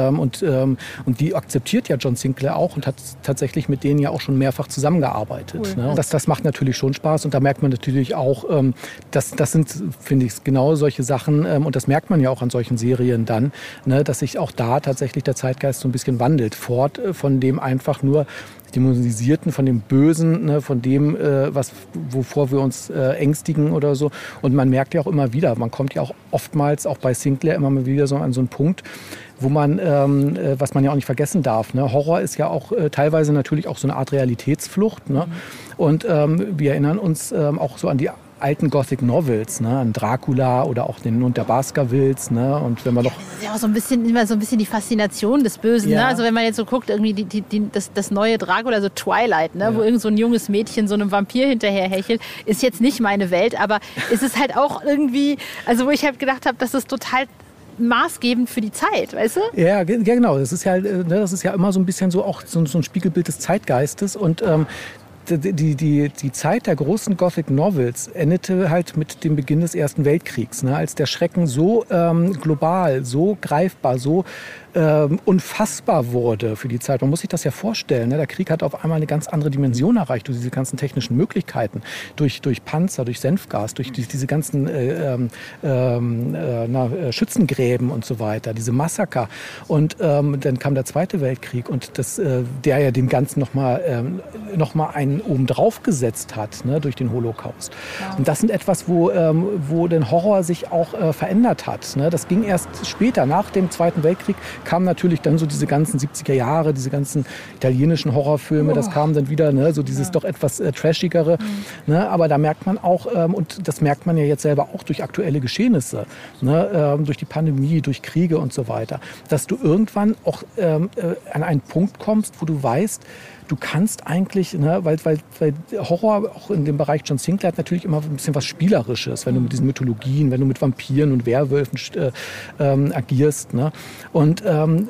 die akzeptiert ja John Sinclair auch und hat tatsächlich mit denen ja auch schon mehrfach zusammengearbeitet. Cool. Ne? Das macht natürlich schon Spaß. Und da merkt man natürlich auch, das sind, finde ich, genau solche Sachen. Und das merkt man ja auch an solchen Serien dann, ne, dass sich auch da tatsächlich der Zeitgeist so ein bisschen wandelt. Fort von dem einfach nur Dämonisierten, von dem Bösen, ne, von dem, wovor wir uns ängstigen oder so. Und man merkt ja auch immer wieder, man kommt ja auch oftmals, auch bei Sinclair, immer mal wieder so an so einen Punkt, wo man, was man ja auch nicht vergessen darf, ne? Horror ist ja auch teilweise natürlich auch so eine Art Realitätsflucht. Ne? Und wir erinnern uns auch so an die alten Gothic Novels, ne, an Dracula oder auch den Mund der Baskervilles, ne, und wenn man doch ja, immer so ein bisschen die Faszination des Bösen, ja. Ne? Also wenn man jetzt so guckt, irgendwie das neue Dracula, so Twilight, ne, wo irgend so ein junges Mädchen so einem Vampir hinterher hechelt, ist jetzt nicht meine Welt, aber es ist halt auch irgendwie, also wo ich halt gedacht habe, das ist total maßgebend für die Zeit, weißt du? Ja, genau. Das ist ja immer so ein bisschen so auch so ein Spiegelbild des Zeitgeistes und die Zeit der großen Gothic Novels endete halt mit dem Beginn des Ersten Weltkriegs, ne, als der Schrecken so global, so greifbar, so unfassbar wurde für die Zeit. Man muss sich das ja vorstellen. Ne? Der Krieg hat auf einmal eine ganz andere Dimension erreicht durch diese ganzen technischen Möglichkeiten, durch Panzer, durch Senfgas, durch diese ganzen Schützengräben und so weiter, diese Massaker. Und dann kam der Zweite Weltkrieg und der ja dem Ganzen noch mal einen oben drauf gesetzt hat, ne, durch den Holocaust. Wow. Und das sind etwas, wo der Horror sich auch verändert hat. Ne? Das ging erst später, nach dem Zweiten Weltkrieg, kamen natürlich dann so diese ganzen 70er Jahre, diese ganzen italienischen Horrorfilme, das kam dann wieder, ne, so dieses doch etwas trashigere. Ne? Aber da merkt man auch, und das merkt man ja jetzt selber auch durch aktuelle Geschehnisse, ne, durch die Pandemie, durch Kriege und so weiter, dass du irgendwann auch an einen Punkt kommst, wo du weißt, du kannst eigentlich, ne, weil Horror auch in dem Bereich John Sinclair hat natürlich immer ein bisschen was Spielerisches, wenn du mit diesen Mythologien, wenn du mit Vampiren und Werwölfen agierst. Ne? Und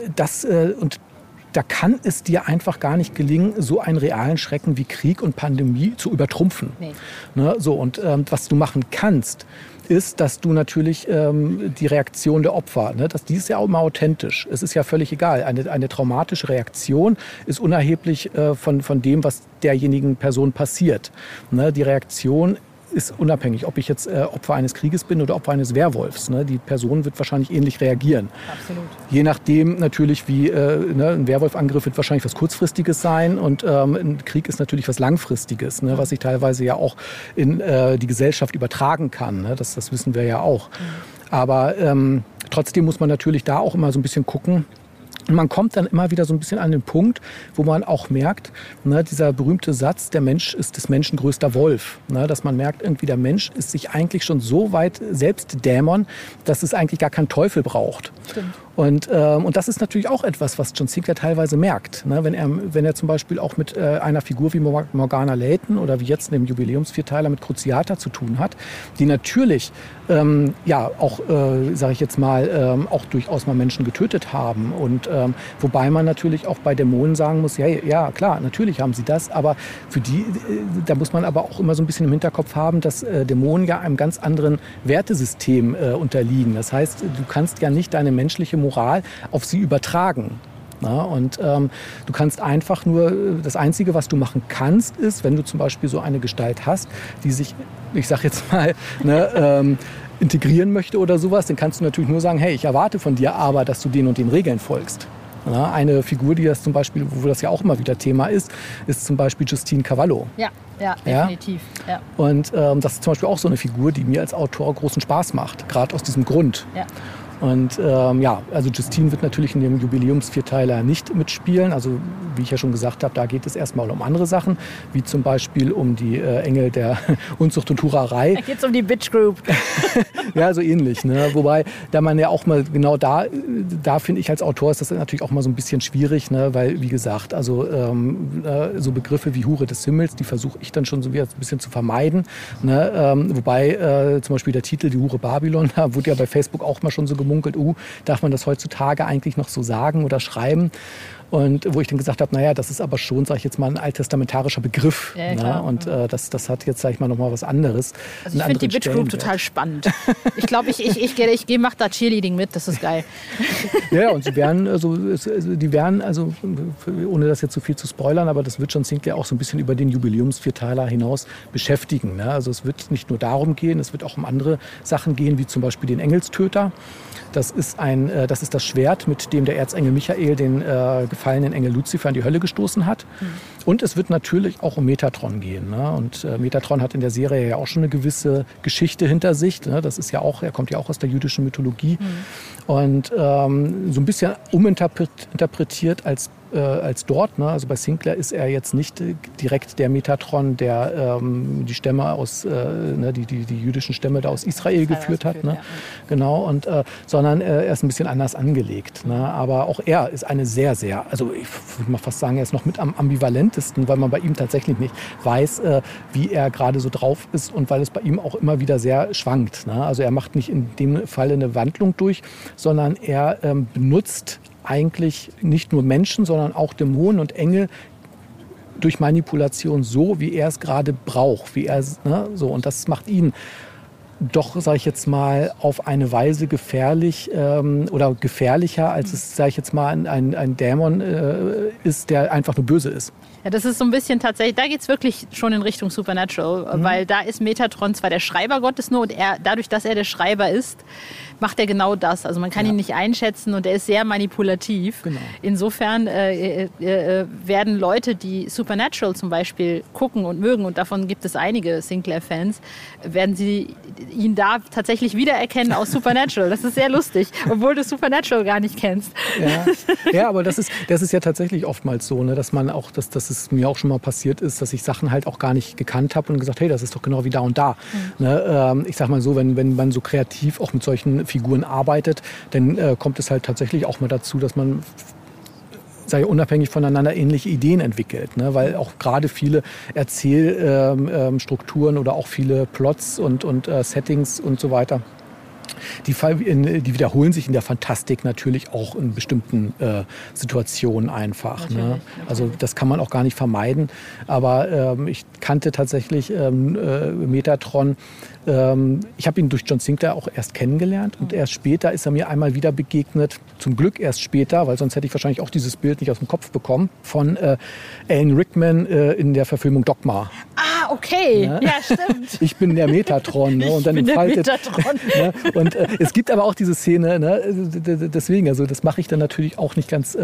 da kann es dir einfach gar nicht gelingen, so einen realen Schrecken wie Krieg und Pandemie zu übertrumpfen. Nee. Ne? So, und was du machen kannst, ist, dass du natürlich die Reaktion der Opfer, ne, die ist ja auch immer authentisch. Es ist ja völlig egal. Eine traumatische Reaktion ist unerheblich von dem, was derjenigen Person passiert. Ne, die Reaktion ist unabhängig, ob ich jetzt Opfer eines Krieges bin oder Opfer eines Werwolfs. Ne? Die Person wird wahrscheinlich ähnlich reagieren. Absolut. Je nachdem natürlich, wie ein Werwolfangriff wird wahrscheinlich was Kurzfristiges sein und ein Krieg ist natürlich was Langfristiges, ne? Was sich teilweise ja auch in die Gesellschaft übertragen kann. Ne? Das wissen wir ja auch. Aber trotzdem muss man natürlich da auch immer so ein bisschen gucken. Und man kommt dann immer wieder so ein bisschen an den Punkt, wo man auch merkt, ne, dieser berühmte Satz, der Mensch ist des Menschen größter Wolf. Ne, dass man merkt, irgendwie der Mensch ist sich eigentlich schon so weit selbst Dämon, dass es eigentlich gar keinen Teufel braucht. Stimmt. Und das ist natürlich auch etwas, was John Sinclair teilweise merkt. Ne? Wenn er zum Beispiel auch mit einer Figur wie Morgana Layton oder wie jetzt in dem Jubiläumsvierteiler mit Cruciata zu tun hat, die natürlich auch, sage ich jetzt mal, auch durchaus mal Menschen getötet haben. Und wobei man natürlich auch bei Dämonen sagen muss, ja klar, natürlich haben sie das, aber für die, da muss man aber auch immer so ein bisschen im Hinterkopf haben, dass Dämonen ja einem ganz anderen Wertesystem unterliegen. Das heißt, du kannst ja nicht deine menschliche Moral auf sie übertragen. Na, und du kannst einfach nur, das Einzige, was du machen kannst, ist, wenn du zum Beispiel so eine Gestalt hast, die sich, ich sag jetzt mal, integrieren möchte oder sowas, dann kannst du natürlich nur sagen, hey, ich erwarte von dir aber, dass du den und den Regeln folgst. Ja, eine Figur, die das zum Beispiel, wo das ja auch immer wieder Thema ist zum Beispiel Justine Cavallo. Ja, definitiv. Ja. Und das ist zum Beispiel auch so eine Figur, die mir als Autor großen Spaß macht, gerade aus diesem Grund. Ja. Und also Justine wird natürlich in dem Jubiläumsvierteiler nicht mitspielen. Also wie ich ja schon gesagt habe, da geht es erstmal um andere Sachen, wie zum Beispiel um die Engel der Unzucht und Hurerei. Da geht es um die Bitch Group. Ja, so ähnlich. Ne? Wobei, da man ja auch mal genau da finde ich als Autor, ist das natürlich auch mal so ein bisschen schwierig, ne? Weil, wie gesagt, also so Begriffe wie Hure des Himmels, die versuche ich dann schon so wieder ein bisschen zu vermeiden. Ne? Wobei zum Beispiel der Titel Die Hure Babylon, da wurde ja bei Facebook auch mal schon so gemunkelt, darf man das heutzutage eigentlich noch so sagen oder schreiben? Und wo ich dann gesagt habe, naja, das ist aber schon, sage ich jetzt mal, ein alttestamentarischer Begriff. Ja, ne? Und das hat jetzt, sage ich mal, nochmal was anderes. Also ich finde die Bitch Group total spannend. Ich glaube, ich mache da Cheerleading mit, das ist geil. Ja, und die werden, ohne das jetzt so viel zu spoilern, aber das wird John Sinclair auch so ein bisschen über den Jubiläumsvierteiler hinaus beschäftigen. Ne? Also es wird nicht nur darum gehen, es wird auch um andere Sachen gehen, wie zum Beispiel den Engelstöter. Das ist das Schwert, mit dem der Erzengel Michael den gefallenen Engel Luzifer in die Hölle gestoßen hat. Und es wird natürlich auch um Metatron gehen. Ne? Und Metatron hat in der Serie ja auch schon eine gewisse Geschichte hinter sich. Ne? Das ist ja auch, er kommt ja auch aus der jüdischen Mythologie. Und so ein bisschen uminterpretiert als dort. Ne? Also bei Sinclair ist er jetzt nicht direkt der Metatron, der die Stämme aus, die jüdischen Stämme da aus Israel geführt hat. Ne? Ja. Genau, und sondern er ist ein bisschen anders angelegt. Ne? Aber auch er ist eine sehr, sehr, also ich würde mal fast sagen, er ist noch mit am ambivalentesten, weil man bei ihm tatsächlich nicht weiß, wie er gerade so drauf ist und weil es bei ihm auch immer wieder sehr schwankt. Ne? Also er macht nicht in dem Fall eine Wandlung durch, sondern er benutzt eigentlich nicht nur Menschen, sondern auch Dämonen und Engel durch Manipulation so, wie er es gerade braucht. Und das macht ihn doch, sage ich jetzt mal, auf eine Weise gefährlich oder gefährlicher, als es, sage ich jetzt mal, ein Dämon ist, der einfach nur böse ist. Ja, das ist so ein bisschen tatsächlich, da geht es wirklich schon in Richtung Supernatural, weil da ist Metatron zwar der Schreiber Gottes nur und dadurch, dass er der Schreiber ist, macht er genau das. Also man kann ihn nicht einschätzen und er ist sehr manipulativ. Genau. Insofern werden Leute, die Supernatural zum Beispiel gucken und mögen, und davon gibt es einige Sinclair-Fans, werden sie ihn da tatsächlich wiedererkennen aus Supernatural. Das ist sehr lustig, obwohl du Supernatural gar nicht kennst. Ja, aber das ist ja tatsächlich oftmals so, ne, dass man auch, dass es mir auch schon mal passiert ist, dass ich Sachen halt auch gar nicht gekannt habe und gesagt, hey, das ist doch genau wie da und da. Ne, ich sag mal so, wenn man so kreativ auch mit solchen Figuren arbeitet, dann kommt es halt tatsächlich auch mal dazu, dass man unabhängig voneinander ähnliche Ideen entwickelt. Ne? Weil auch gerade viele Erzählstrukturen oder auch viele Plots und Settings und so weiter, die wiederholen sich in der Fantastik natürlich auch in bestimmten Situationen einfach. Ne? Also das kann man auch gar nicht vermeiden. Aber ich kannte tatsächlich Metatron. Ich habe ihn durch John Sinclair auch erst kennengelernt und erst später ist er mir einmal wieder begegnet. Zum Glück erst später, weil sonst hätte ich wahrscheinlich auch dieses Bild nicht aus dem Kopf bekommen, von Alan Rickman in der Verfilmung Dogma. Ah, okay. Ja, stimmt. Ich bin der Metatron. Ne? Und dann entfaltet. Ne? Und es gibt aber auch diese Szene, ne? Deswegen, also das mache ich dann natürlich auch nicht ganz,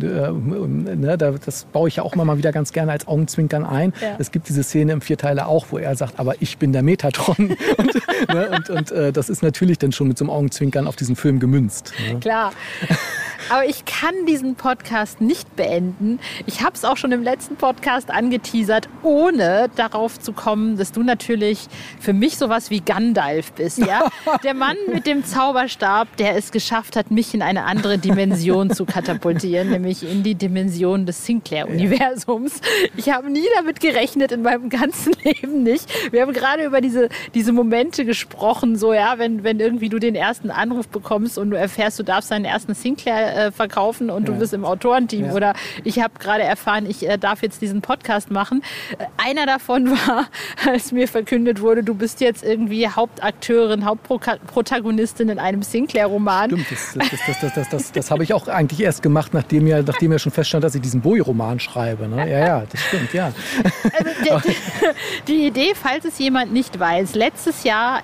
ne? Das baue ich ja auch mal wieder ganz gerne als Augenzwinkern ein. Ja. Es gibt diese Szene im Vierteiler auch, wo er sagt, aber ich bin der Metatron. Und das ist natürlich dann schon mit so einem Augenzwinkern auf diesen Film gemünzt. Ne? Klar. Aber ich kann diesen Podcast nicht beenden. Ich habe es auch schon im letzten Podcast angeteasert, ohne darauf zu kommen, dass du natürlich für mich sowas wie Gandalf bist. Ja? Der Mann mit dem Zauberstab, der es geschafft hat, mich in eine andere Dimension zu katapultieren, nämlich in die Dimension des Sinclair-Universums. Ich habe nie damit gerechnet, in meinem ganzen Leben nicht. Wir haben gerade über diese Momente gesprochen, so ja, wenn irgendwie du den ersten Anruf bekommst und du erfährst, du darfst deinen ersten Sinclair verkaufen und du bist im Autorenteam oder ich habe gerade erfahren, ich darf jetzt diesen Podcast machen. Einer davon war, als mir verkündet wurde, du bist jetzt irgendwie Hauptakteurin, Hauptprotagonistin in einem Sinclair-Roman. Stimmt, das habe ich auch eigentlich erst gemacht, nachdem ja schon feststand, dass ich diesen Bowie-Roman schreibe. Ne? Ja, das stimmt, ja. Also die Idee, falls es jemand nicht weiß, letztes Jahr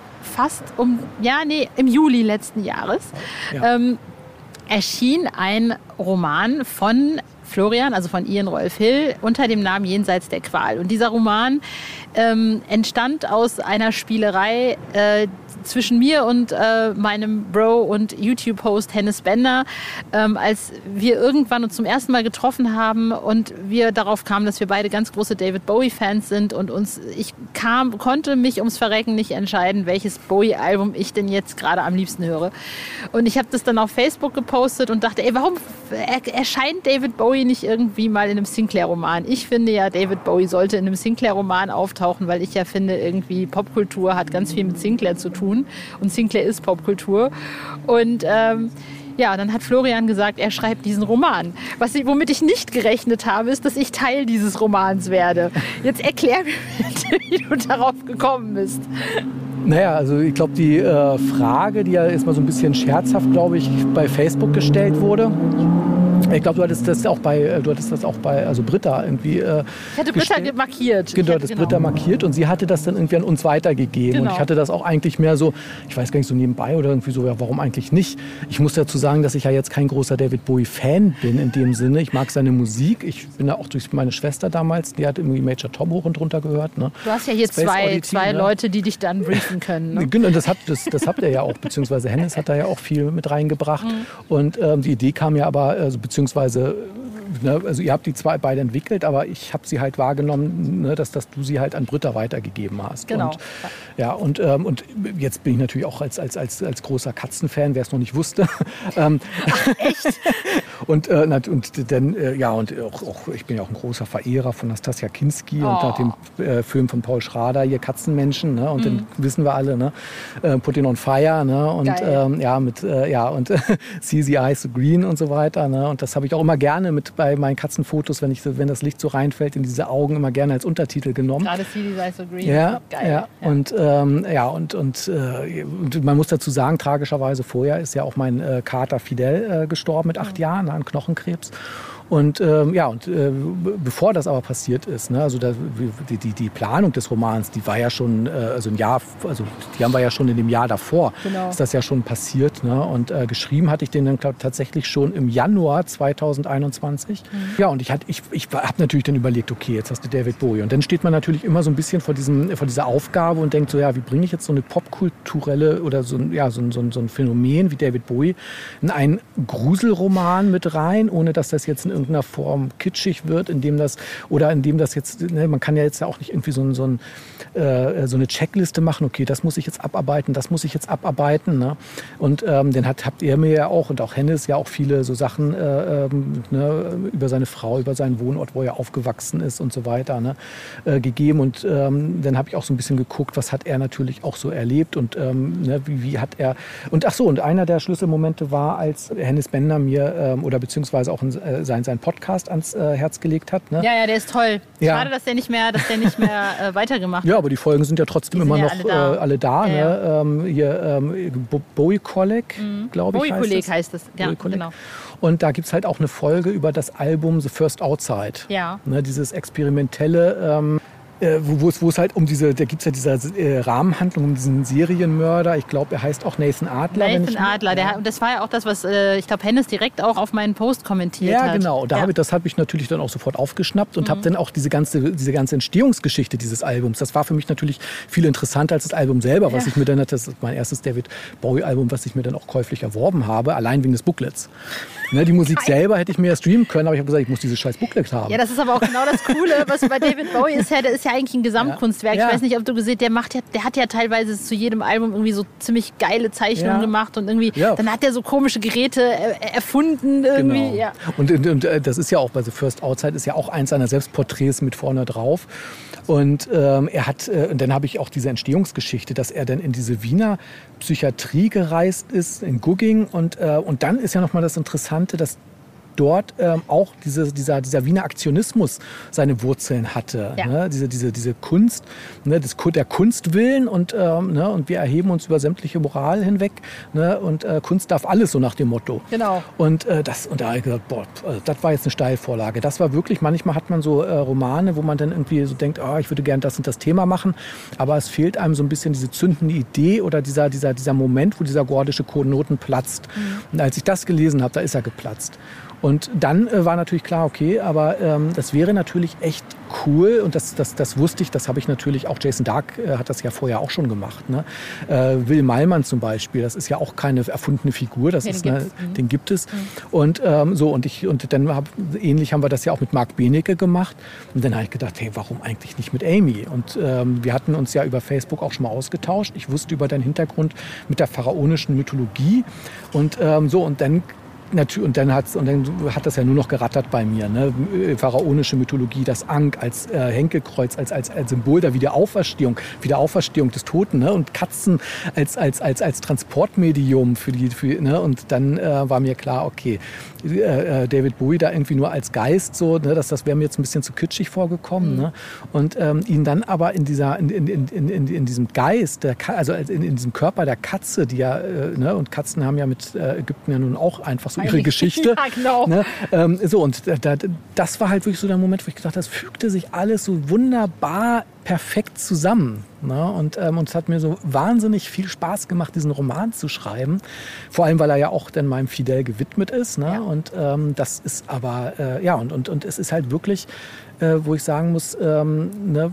im Juli letzten Jahres erschien ein Roman von Florian, also von Ian Rolf Hill, unter dem Namen Jenseits der Qual. Und dieser Roman entstand aus einer Spielerei zwischen mir und meinem Bro und YouTube-Host Hennes Bender, als wir irgendwann uns zum ersten Mal getroffen haben und wir darauf kamen, dass wir beide ganz große David Bowie-Fans sind und konnte mich ums Verrecken nicht entscheiden, welches Bowie-Album ich denn jetzt gerade am liebsten höre. Und ich habe das dann auf Facebook gepostet und dachte, warum erscheint David Bowie nicht irgendwie mal in einem Sinclair-Roman? Ich finde ja, David Bowie sollte in einem Sinclair-Roman auftauchen, weil ich ja finde, irgendwie Popkultur hat ganz viel mit Sinclair zu tun und Sinclair ist Popkultur. Und dann hat Florian gesagt, er schreibt diesen Roman. Womit ich nicht gerechnet habe, ist, dass ich Teil dieses Romans werde. Jetzt erklär mir bitte, wie du darauf gekommen bist. Naja, also ich glaube, die Frage, die ja erstmal so ein bisschen scherzhaft, glaube ich, bei Facebook gestellt wurde. Ich glaube, du hattest das auch bei also Britta irgendwie. Ich hatte Britta markiert. Genau, das Britta markiert und sie hatte das dann irgendwie an uns weitergegeben. Genau. Und ich hatte das auch eigentlich mehr so, ich weiß gar nicht, so nebenbei oder irgendwie so, ja, warum eigentlich nicht? Ich muss dazu sagen, dass ich ja jetzt kein großer David Bowie-Fan bin in dem Sinne. Ich mag seine Musik. Ich bin da auch durch meine Schwester damals, die hat irgendwie Major Tom hoch und runter gehört. Ne? Du hast ja hier zwei Leute, die dich dann briefen können. Ne? Genau, das habt ihr ja auch, beziehungsweise Hennes hat da ja auch viel mit reingebracht. Und die Idee kam ja aber, beziehungsweise, also ihr habt die beide entwickelt, aber ich habe sie halt wahrgenommen, ne, dass du sie halt an Britta weitergegeben hast. Genau. Und jetzt bin ich natürlich auch als großer Katzenfan, wer es noch nicht wusste. Echt? Und dann ich bin ja auch ein großer Verehrer von Nastassja Kinski und nach dem Film von Paul Schrader, hier Katzenmenschen, ne, und den wissen wir alle, ne, Put It on Fire, ne, und und See Eyes so Green und so weiter, ne, und das habe ich auch immer gerne mit bei meinen Katzenfotos, wenn das Licht so reinfällt in diese Augen, immer gerne als Untertitel genommen. Gerade See Eyes so Green. Ja, geil. Ja. Und man muss dazu sagen, tragischerweise vorher ist ja auch mein Kater Fidel gestorben mit 8 Jahren an Knochenkrebs. Und bevor das aber passiert ist, ne, also die Planung des Romans, die war ja schon die haben wir ja schon in dem Jahr davor, ist das ja schon passiert. Ne? Und geschrieben hatte ich den dann tatsächlich schon im Januar 2021. Ja, und ich habe natürlich dann überlegt, okay, jetzt hast du David Bowie. Und dann steht man natürlich immer so ein bisschen vor dieser Aufgabe und denkt so, ja, wie bringe ich jetzt so eine popkulturelle oder so ein Phänomen wie David Bowie in einen Gruselroman mit rein, ohne dass das jetzt in irgendeiner Form kitschig wird, indem das jetzt, ne, man kann ja jetzt ja auch nicht irgendwie so eine Checkliste machen, okay, das muss ich jetzt abarbeiten, ne? Und dann habt ihr mir ja auch und auch Hennes ja auch viele so Sachen über seine Frau, über seinen Wohnort, wo er aufgewachsen ist und so weiter, ne, gegeben. Und dann habe ich auch so ein bisschen geguckt, was hat er natürlich auch so erlebt und wie hat er und einer der Schlüsselmomente war, als Hennes Bender mir beziehungsweise auch sein Podcast ans Herz gelegt hat. Ne? Ja, der ist toll. Ja. Schade, dass der nicht mehr weitergemacht hat. Ja, aber die Folgen sind ja trotzdem immer noch alle da. Ja, ne? Hier Bowie-Kolleg, glaube ich, Bowie-Kolleg heißt es. Ja, genau. Und da gibt es halt auch eine Folge über das Album The First Outside. Ja. Ne, dieses experimentelle wo es halt um da gibt es ja diese Rahmenhandlung um diesen Serienmörder. Ich glaube, er heißt auch Nathan Adler. Das war ja auch das, was ich glaube, Hennes direkt auch auf meinen Post kommentiert hat. Ja, genau. Das habe ich natürlich dann auch sofort aufgeschnappt und habe dann auch diese ganze Entstehungsgeschichte dieses Albums. Das war für mich natürlich viel interessanter als das Album selber, was ich mir dann, das ist mein erstes David Bowie-Album, was ich mir dann auch käuflich erworben habe, allein wegen des Booklets. Ne, die Musik selber hätte ich mir ja streamen können, aber ich habe gesagt, ich muss dieses scheiß Booklet haben. Ja, das ist aber auch genau das Coole, was bei David Bowie ist. Der ist ja eigentlich ein Gesamtkunstwerk. Ja. Ich weiß nicht, ob du gesehen hast, der hat ja teilweise zu jedem Album irgendwie so ziemlich geile Zeichnungen gemacht und irgendwie, dann hat er so komische Geräte erfunden irgendwie. Genau. Ja. Und das ist ja auch bei The First Outside ist ja auch eins seiner Selbstporträts mit vorne drauf. Und dann habe ich auch diese Entstehungsgeschichte, dass er dann in diese Wiener Psychiatrie gereist ist, in Gugging. Und dann ist ja nochmal das Interessante, dass dort auch dieser Wiener Aktionismus seine Wurzeln hatte. Ja. Ne? Diese Kunst, ne? Der Kunstwillen und wir erheben uns über sämtliche Moral hinweg. Ne? Und Kunst darf alles, so nach dem Motto. Genau. Und da habe ich gesagt, das war jetzt eine Steilvorlage. Das war wirklich, manchmal hat man so Romane, wo man dann irgendwie so denkt, ich würde gerne das und das Thema machen, aber es fehlt einem so ein bisschen diese zündende Idee oder dieser Moment, wo dieser gordische Knoten platzt. Und als ich das gelesen habe, da ist er geplatzt. Und dann war natürlich klar, okay, aber das wäre natürlich echt cool und das wusste ich, das habe ich natürlich auch, Jason Dark hat das ja vorher auch schon gemacht. Ne? Will Malmann zum Beispiel, das ist ja auch keine erfundene Figur, das ist den gibt es. Und und dann ähnlich haben wir das ja auch mit Marc Benecke gemacht. Und dann habe ich gedacht, hey, warum eigentlich nicht mit Amy? Und wir hatten uns ja über Facebook auch schon mal ausgetauscht. Ich wusste über deinen Hintergrund mit der pharaonischen Mythologie und dann hat das ja nur noch gerattert bei mir. Ne? Pharaonische Mythologie, das Ankh als Henkelkreuz, als Symbol der Wiederauferstehung des Toten, ne? Und Katzen als Transportmedium ne? Und dann war mir klar, okay, David Bowie da irgendwie nur als Geist so, ne? Das wäre mir jetzt ein bisschen zu kitschig vorgekommen. Ne? Und ihn dann aber in diesem Geist, in diesem Körper der Katze, die ja, ne? Und Katzen haben ja mit Ägypten ja nun auch einfach so ihre Geschichte. Ja, genau. Ne? Das war halt wirklich so der Moment, wo ich gedacht habe, das fügte sich alles so wunderbar perfekt zusammen. Ne? Und es hat mir so wahnsinnig viel Spaß gemacht, diesen Roman zu schreiben. Vor allem, weil er ja auch dann meinem Fidel gewidmet ist. Ne? Ja. Und das ist aber, und es ist halt wirklich, wo ich sagen muss, ne,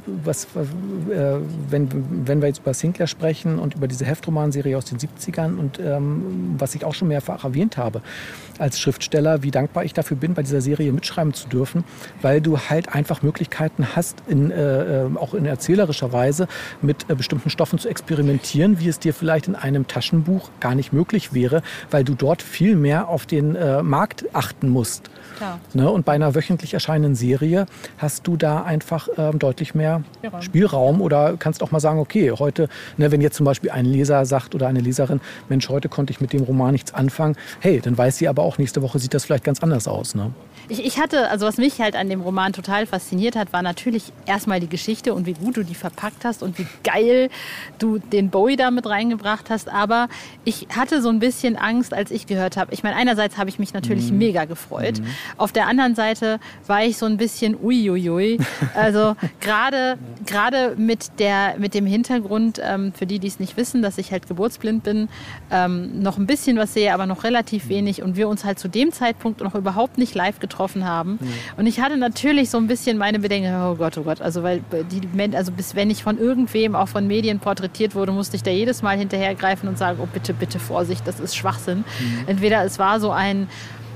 wenn wir jetzt über Sinclair sprechen und über diese Heftromanserie aus den 70ern und was ich auch schon mehrfach erwähnt habe, als Schriftsteller, wie dankbar ich dafür bin, bei dieser Serie mitschreiben zu dürfen, weil du halt einfach Möglichkeiten hast, auch in erzählerischer Weise mit bestimmten Stoffen zu experimentieren, wie es dir vielleicht in einem Taschenbuch gar nicht möglich wäre, weil du dort viel mehr auf den Markt achten musst. Ne? Und bei einer wöchentlich erscheinenden Serie hast du da einfach deutlich mehr Spielraum oder kannst auch mal sagen, okay, heute, ne, wenn jetzt zum Beispiel ein Leser sagt oder eine Leserin, Mensch, heute konnte ich mit dem Roman nichts anfangen, hey, dann weiß sie aber auch, nächste Woche sieht das vielleicht ganz anders aus. Ne? Ich hatte, also was mich halt an dem Roman total fasziniert hat, war natürlich erstmal die Geschichte und wie gut du die verpackt hast und wie geil du den Bowie da mit reingebracht hast. Aber ich hatte so ein bisschen Angst, als ich gehört habe. Ich meine, einerseits habe ich mich natürlich mega gefreut. Auf der anderen Seite war ich so ein bisschen uiuiui. Also gerade mit dem Hintergrund, für die es nicht wissen, dass ich halt geburtsblind bin, noch ein bisschen was sehe, aber noch relativ wenig und wir uns halt zu dem Zeitpunkt noch überhaupt nicht live getroffen haben. Und ich hatte natürlich so ein bisschen meine Bedenken, oh Gott, also weil bis wenn ich von irgendwem, auch von Medien porträtiert wurde, musste ich da jedes Mal hinterhergreifen und sagen, oh bitte, bitte Vorsicht, das ist Schwachsinn. Entweder es war so eine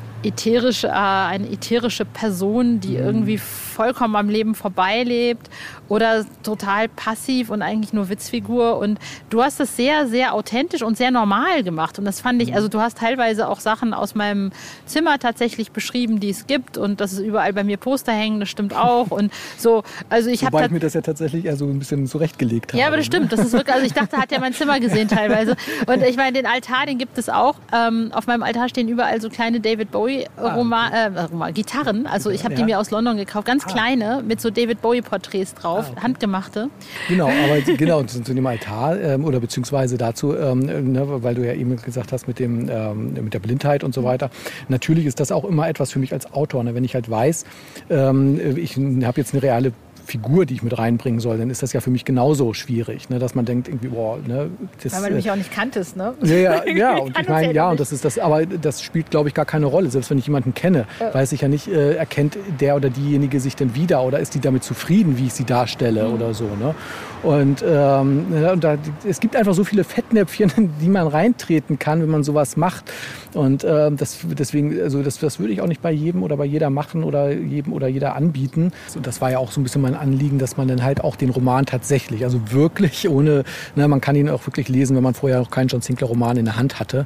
ätherische Person, die irgendwie vollkommen am Leben vorbeilebt oder total passiv und eigentlich nur Witzfigur. Und du hast das sehr, sehr authentisch und sehr normal gemacht. Und das fand ich, also du hast teilweise auch Sachen aus meinem Zimmer tatsächlich beschrieben, die es gibt. Und dass es überall bei mir Poster hängen, das stimmt auch. Und so, also Wobei ich mir das ja tatsächlich eher so ein bisschen zurechtgelegt habe. Ja, aber das stimmt. Das ist wirklich, also ich dachte, hat ja mein Zimmer gesehen teilweise. Und ich meine, den Altar, den gibt es auch. Auf meinem Altar stehen überall so kleine David Bowie Gitarren. Also ich habe die mir aus London gekauft, ganz kleine, mit so David Bowie Porträts drauf, handgemachte. Genau, aber zu dem Altar oder beziehungsweise dazu, ne, weil du ja eben gesagt hast mit der Blindheit und so weiter. Natürlich ist das auch immer etwas für mich als Autor. Ne? Wenn ich halt weiß, ich habe jetzt eine reale Figur, die ich mit reinbringen soll, dann ist das ja für mich genauso schwierig, ne, dass man denkt irgendwie, boah, ne, weil du mich auch nicht kanntest, ne? Ja, und ich meine, ja, und das ist das, aber das spielt, glaube ich, gar keine Rolle. Selbst wenn ich jemanden kenne, weiß ich ja nicht, erkennt der oder diejenige sich denn wieder oder ist die damit zufrieden, wie ich sie darstelle oder so, ne? Und es gibt einfach so viele Fettnäpfchen, in die man reintreten kann, wenn man sowas macht. Und deswegen, also das würde ich auch nicht bei jedem oder bei jeder machen oder jedem oder jeder anbieten. Und das war ja auch so ein bisschen mein Anliegen, dass man dann halt auch den Roman tatsächlich, also wirklich ohne, ne, man kann ihn auch wirklich lesen, wenn man vorher noch keinen John Sinclair-Roman in der Hand hatte.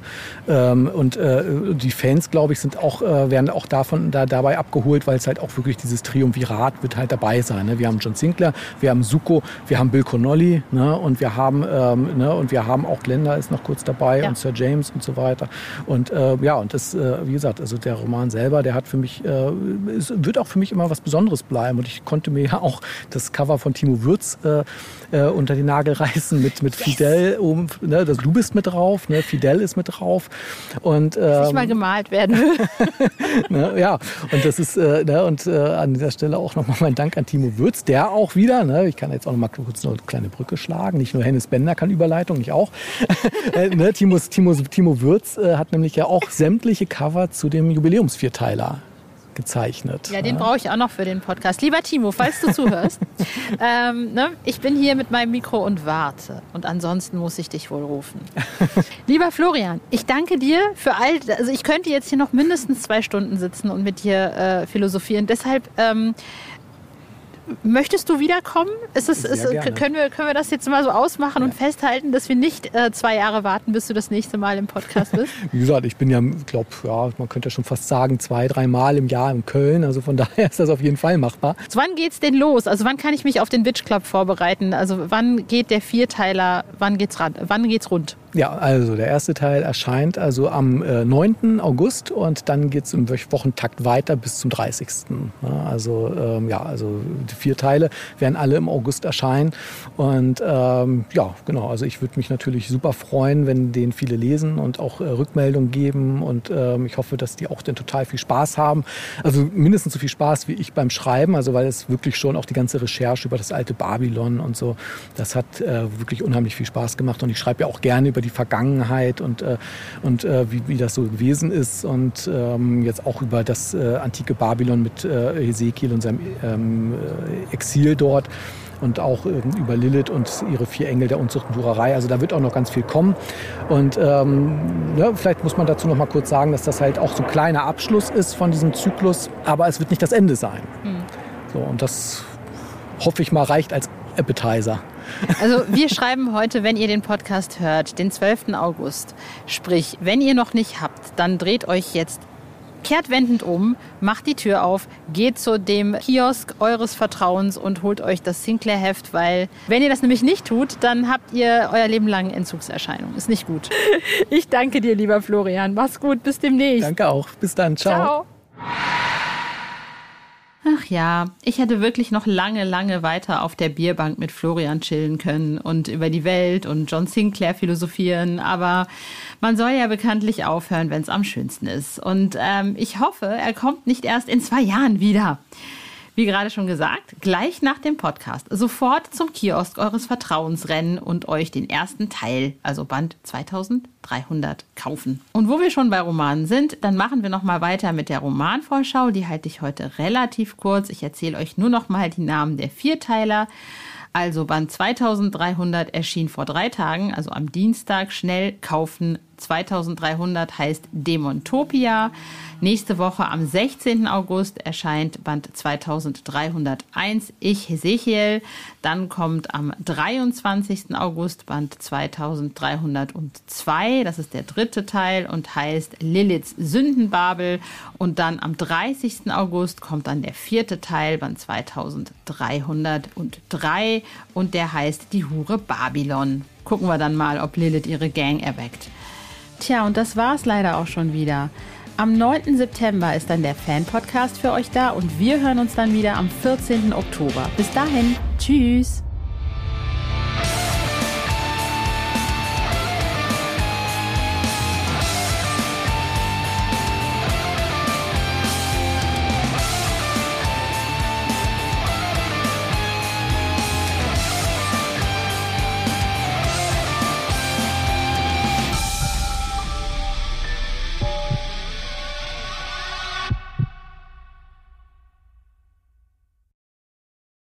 Die Fans, glaube ich, werden auch dabei abgeholt, weil es halt auch wirklich dieses Triumvirat wird halt dabei sein. Ne? Wir haben John Sinclair, wir haben Zuko, wir haben Bill Connolly, ne? Und wir haben auch Glenda ist noch kurz dabei und Sir James und so weiter. Und und das, wie gesagt, also der Roman selber, der hat für mich, es wird auch für mich immer was Besonderes bleiben. Und ich konnte mir ja auch das Cover von Timo Würz unter den Nagel reißen mit Fidel oben. Ne, du bist mit drauf, ne, Fidel ist mit drauf. Und, dass ich mal gemalt werden will. Ne, ja, und das ist an dieser Stelle auch nochmal mein Dank an Timo Würz, der auch wieder, ne, ich kann jetzt auch noch mal kurz eine kleine Brücke schlagen, nicht nur Hennes Bender kann Überleitung, ich auch. Ne, Timo Würz hat nämlich ja auch sämtliche Cover zu dem Jubiläumsvierteiler gezeichnet. Ja, den brauche ich auch noch für den Podcast. Lieber Timo, falls du zuhörst, ich bin hier mit meinem Mikro und warte. Und ansonsten muss ich dich wohl rufen. Lieber Florian, ich danke dir für also ich könnte jetzt hier noch mindestens 2 Stunden sitzen und mit dir philosophieren. Deshalb möchtest du wiederkommen? Können wir das jetzt mal so ausmachen und festhalten, dass wir nicht 2 Jahre warten, bis du das nächste Mal im Podcast bist? Wie gesagt, ich bin ja, man könnte ja schon fast sagen, 2-3 Mal im Jahr in Köln. Also von daher ist das auf jeden Fall machbar. Also wann geht's denn los? Also wann kann ich mich auf den Witch Club vorbereiten? Also wann geht der Vierteiler, wann geht's rund? Ja, also der erste Teil erscheint also am 9. August und dann geht es im Wochentakt weiter bis zum 30. Also die 4 Teile werden alle im August erscheinen. Und genau, also ich würde mich natürlich super freuen, wenn den viele lesen und auch Rückmeldungen geben. Und ich hoffe, dass die auch dann total viel Spaß haben. Also mindestens so viel Spaß wie ich beim Schreiben, also weil es wirklich schon auch die ganze Recherche über das alte Babylon und so, das hat wirklich unheimlich viel Spaß gemacht. Und ich schreibe ja auch gerne über die Vergangenheit und wie das so gewesen ist und jetzt auch über das antike Babylon mit Hesekiel und seinem Exil dort und auch über Lilith und ihre 4 Engel der Unzucht und Hurerei. Also da wird auch noch ganz viel kommen. Und vielleicht muss man dazu noch mal kurz sagen, dass das halt auch so ein kleiner Abschluss ist von diesem Zyklus, aber es wird nicht das Ende sein. So, und das hoffe ich mal reicht als Appetizer. Also wir schreiben heute, wenn ihr den Podcast hört, den 12. August. Sprich, wenn ihr noch nicht habt, dann dreht euch jetzt kehrtwendend um, macht die Tür auf, geht zu dem Kiosk eures Vertrauens und holt euch das Sinclair-Heft, weil wenn ihr das nämlich nicht tut, dann habt ihr euer Leben lang Entzugserscheinungen. Ist nicht gut. Ich danke dir, lieber Florian. Mach's gut, bis demnächst. Danke auch. Bis dann. Ciao. Ciao. Ach ja, ich hätte wirklich noch lange, lange weiter auf der Bierbank mit Florian chillen können und über die Welt und John Sinclair philosophieren, aber man soll ja bekanntlich aufhören, wenn es am schönsten ist. Und ich hoffe, er kommt nicht erst in 2 Jahren wieder. Wie gerade schon gesagt, gleich nach dem Podcast sofort zum Kiosk eures Vertrauens rennen und euch den ersten Teil, also Band 2300, kaufen. Und wo wir schon bei Romanen sind, dann machen wir nochmal weiter mit der Romanvorschau. Die halte ich heute relativ kurz. Ich erzähle euch nur nochmal die Namen der Vierteiler. Also Band 2300 erschien vor 3 Tagen, also am Dienstag. Schnell kaufen. 2300 heißt Dämontopia. Nächste Woche am 16. August erscheint Band 2301, Ich Hesekiel. Dann kommt am 23. August Band 2302, das ist der 3. Teil und heißt Liliths Sündenbabel. Und dann am 30. August kommt dann der 4. Teil, Band 2303 und der heißt Die Hure Babylon. Gucken wir dann mal, ob Lilith ihre Gang erweckt. Tja, und das war's leider auch schon wieder. Am 9. September ist dann der Fan-Podcast für euch da und wir hören uns dann wieder am 14. Oktober. Bis dahin, tschüss!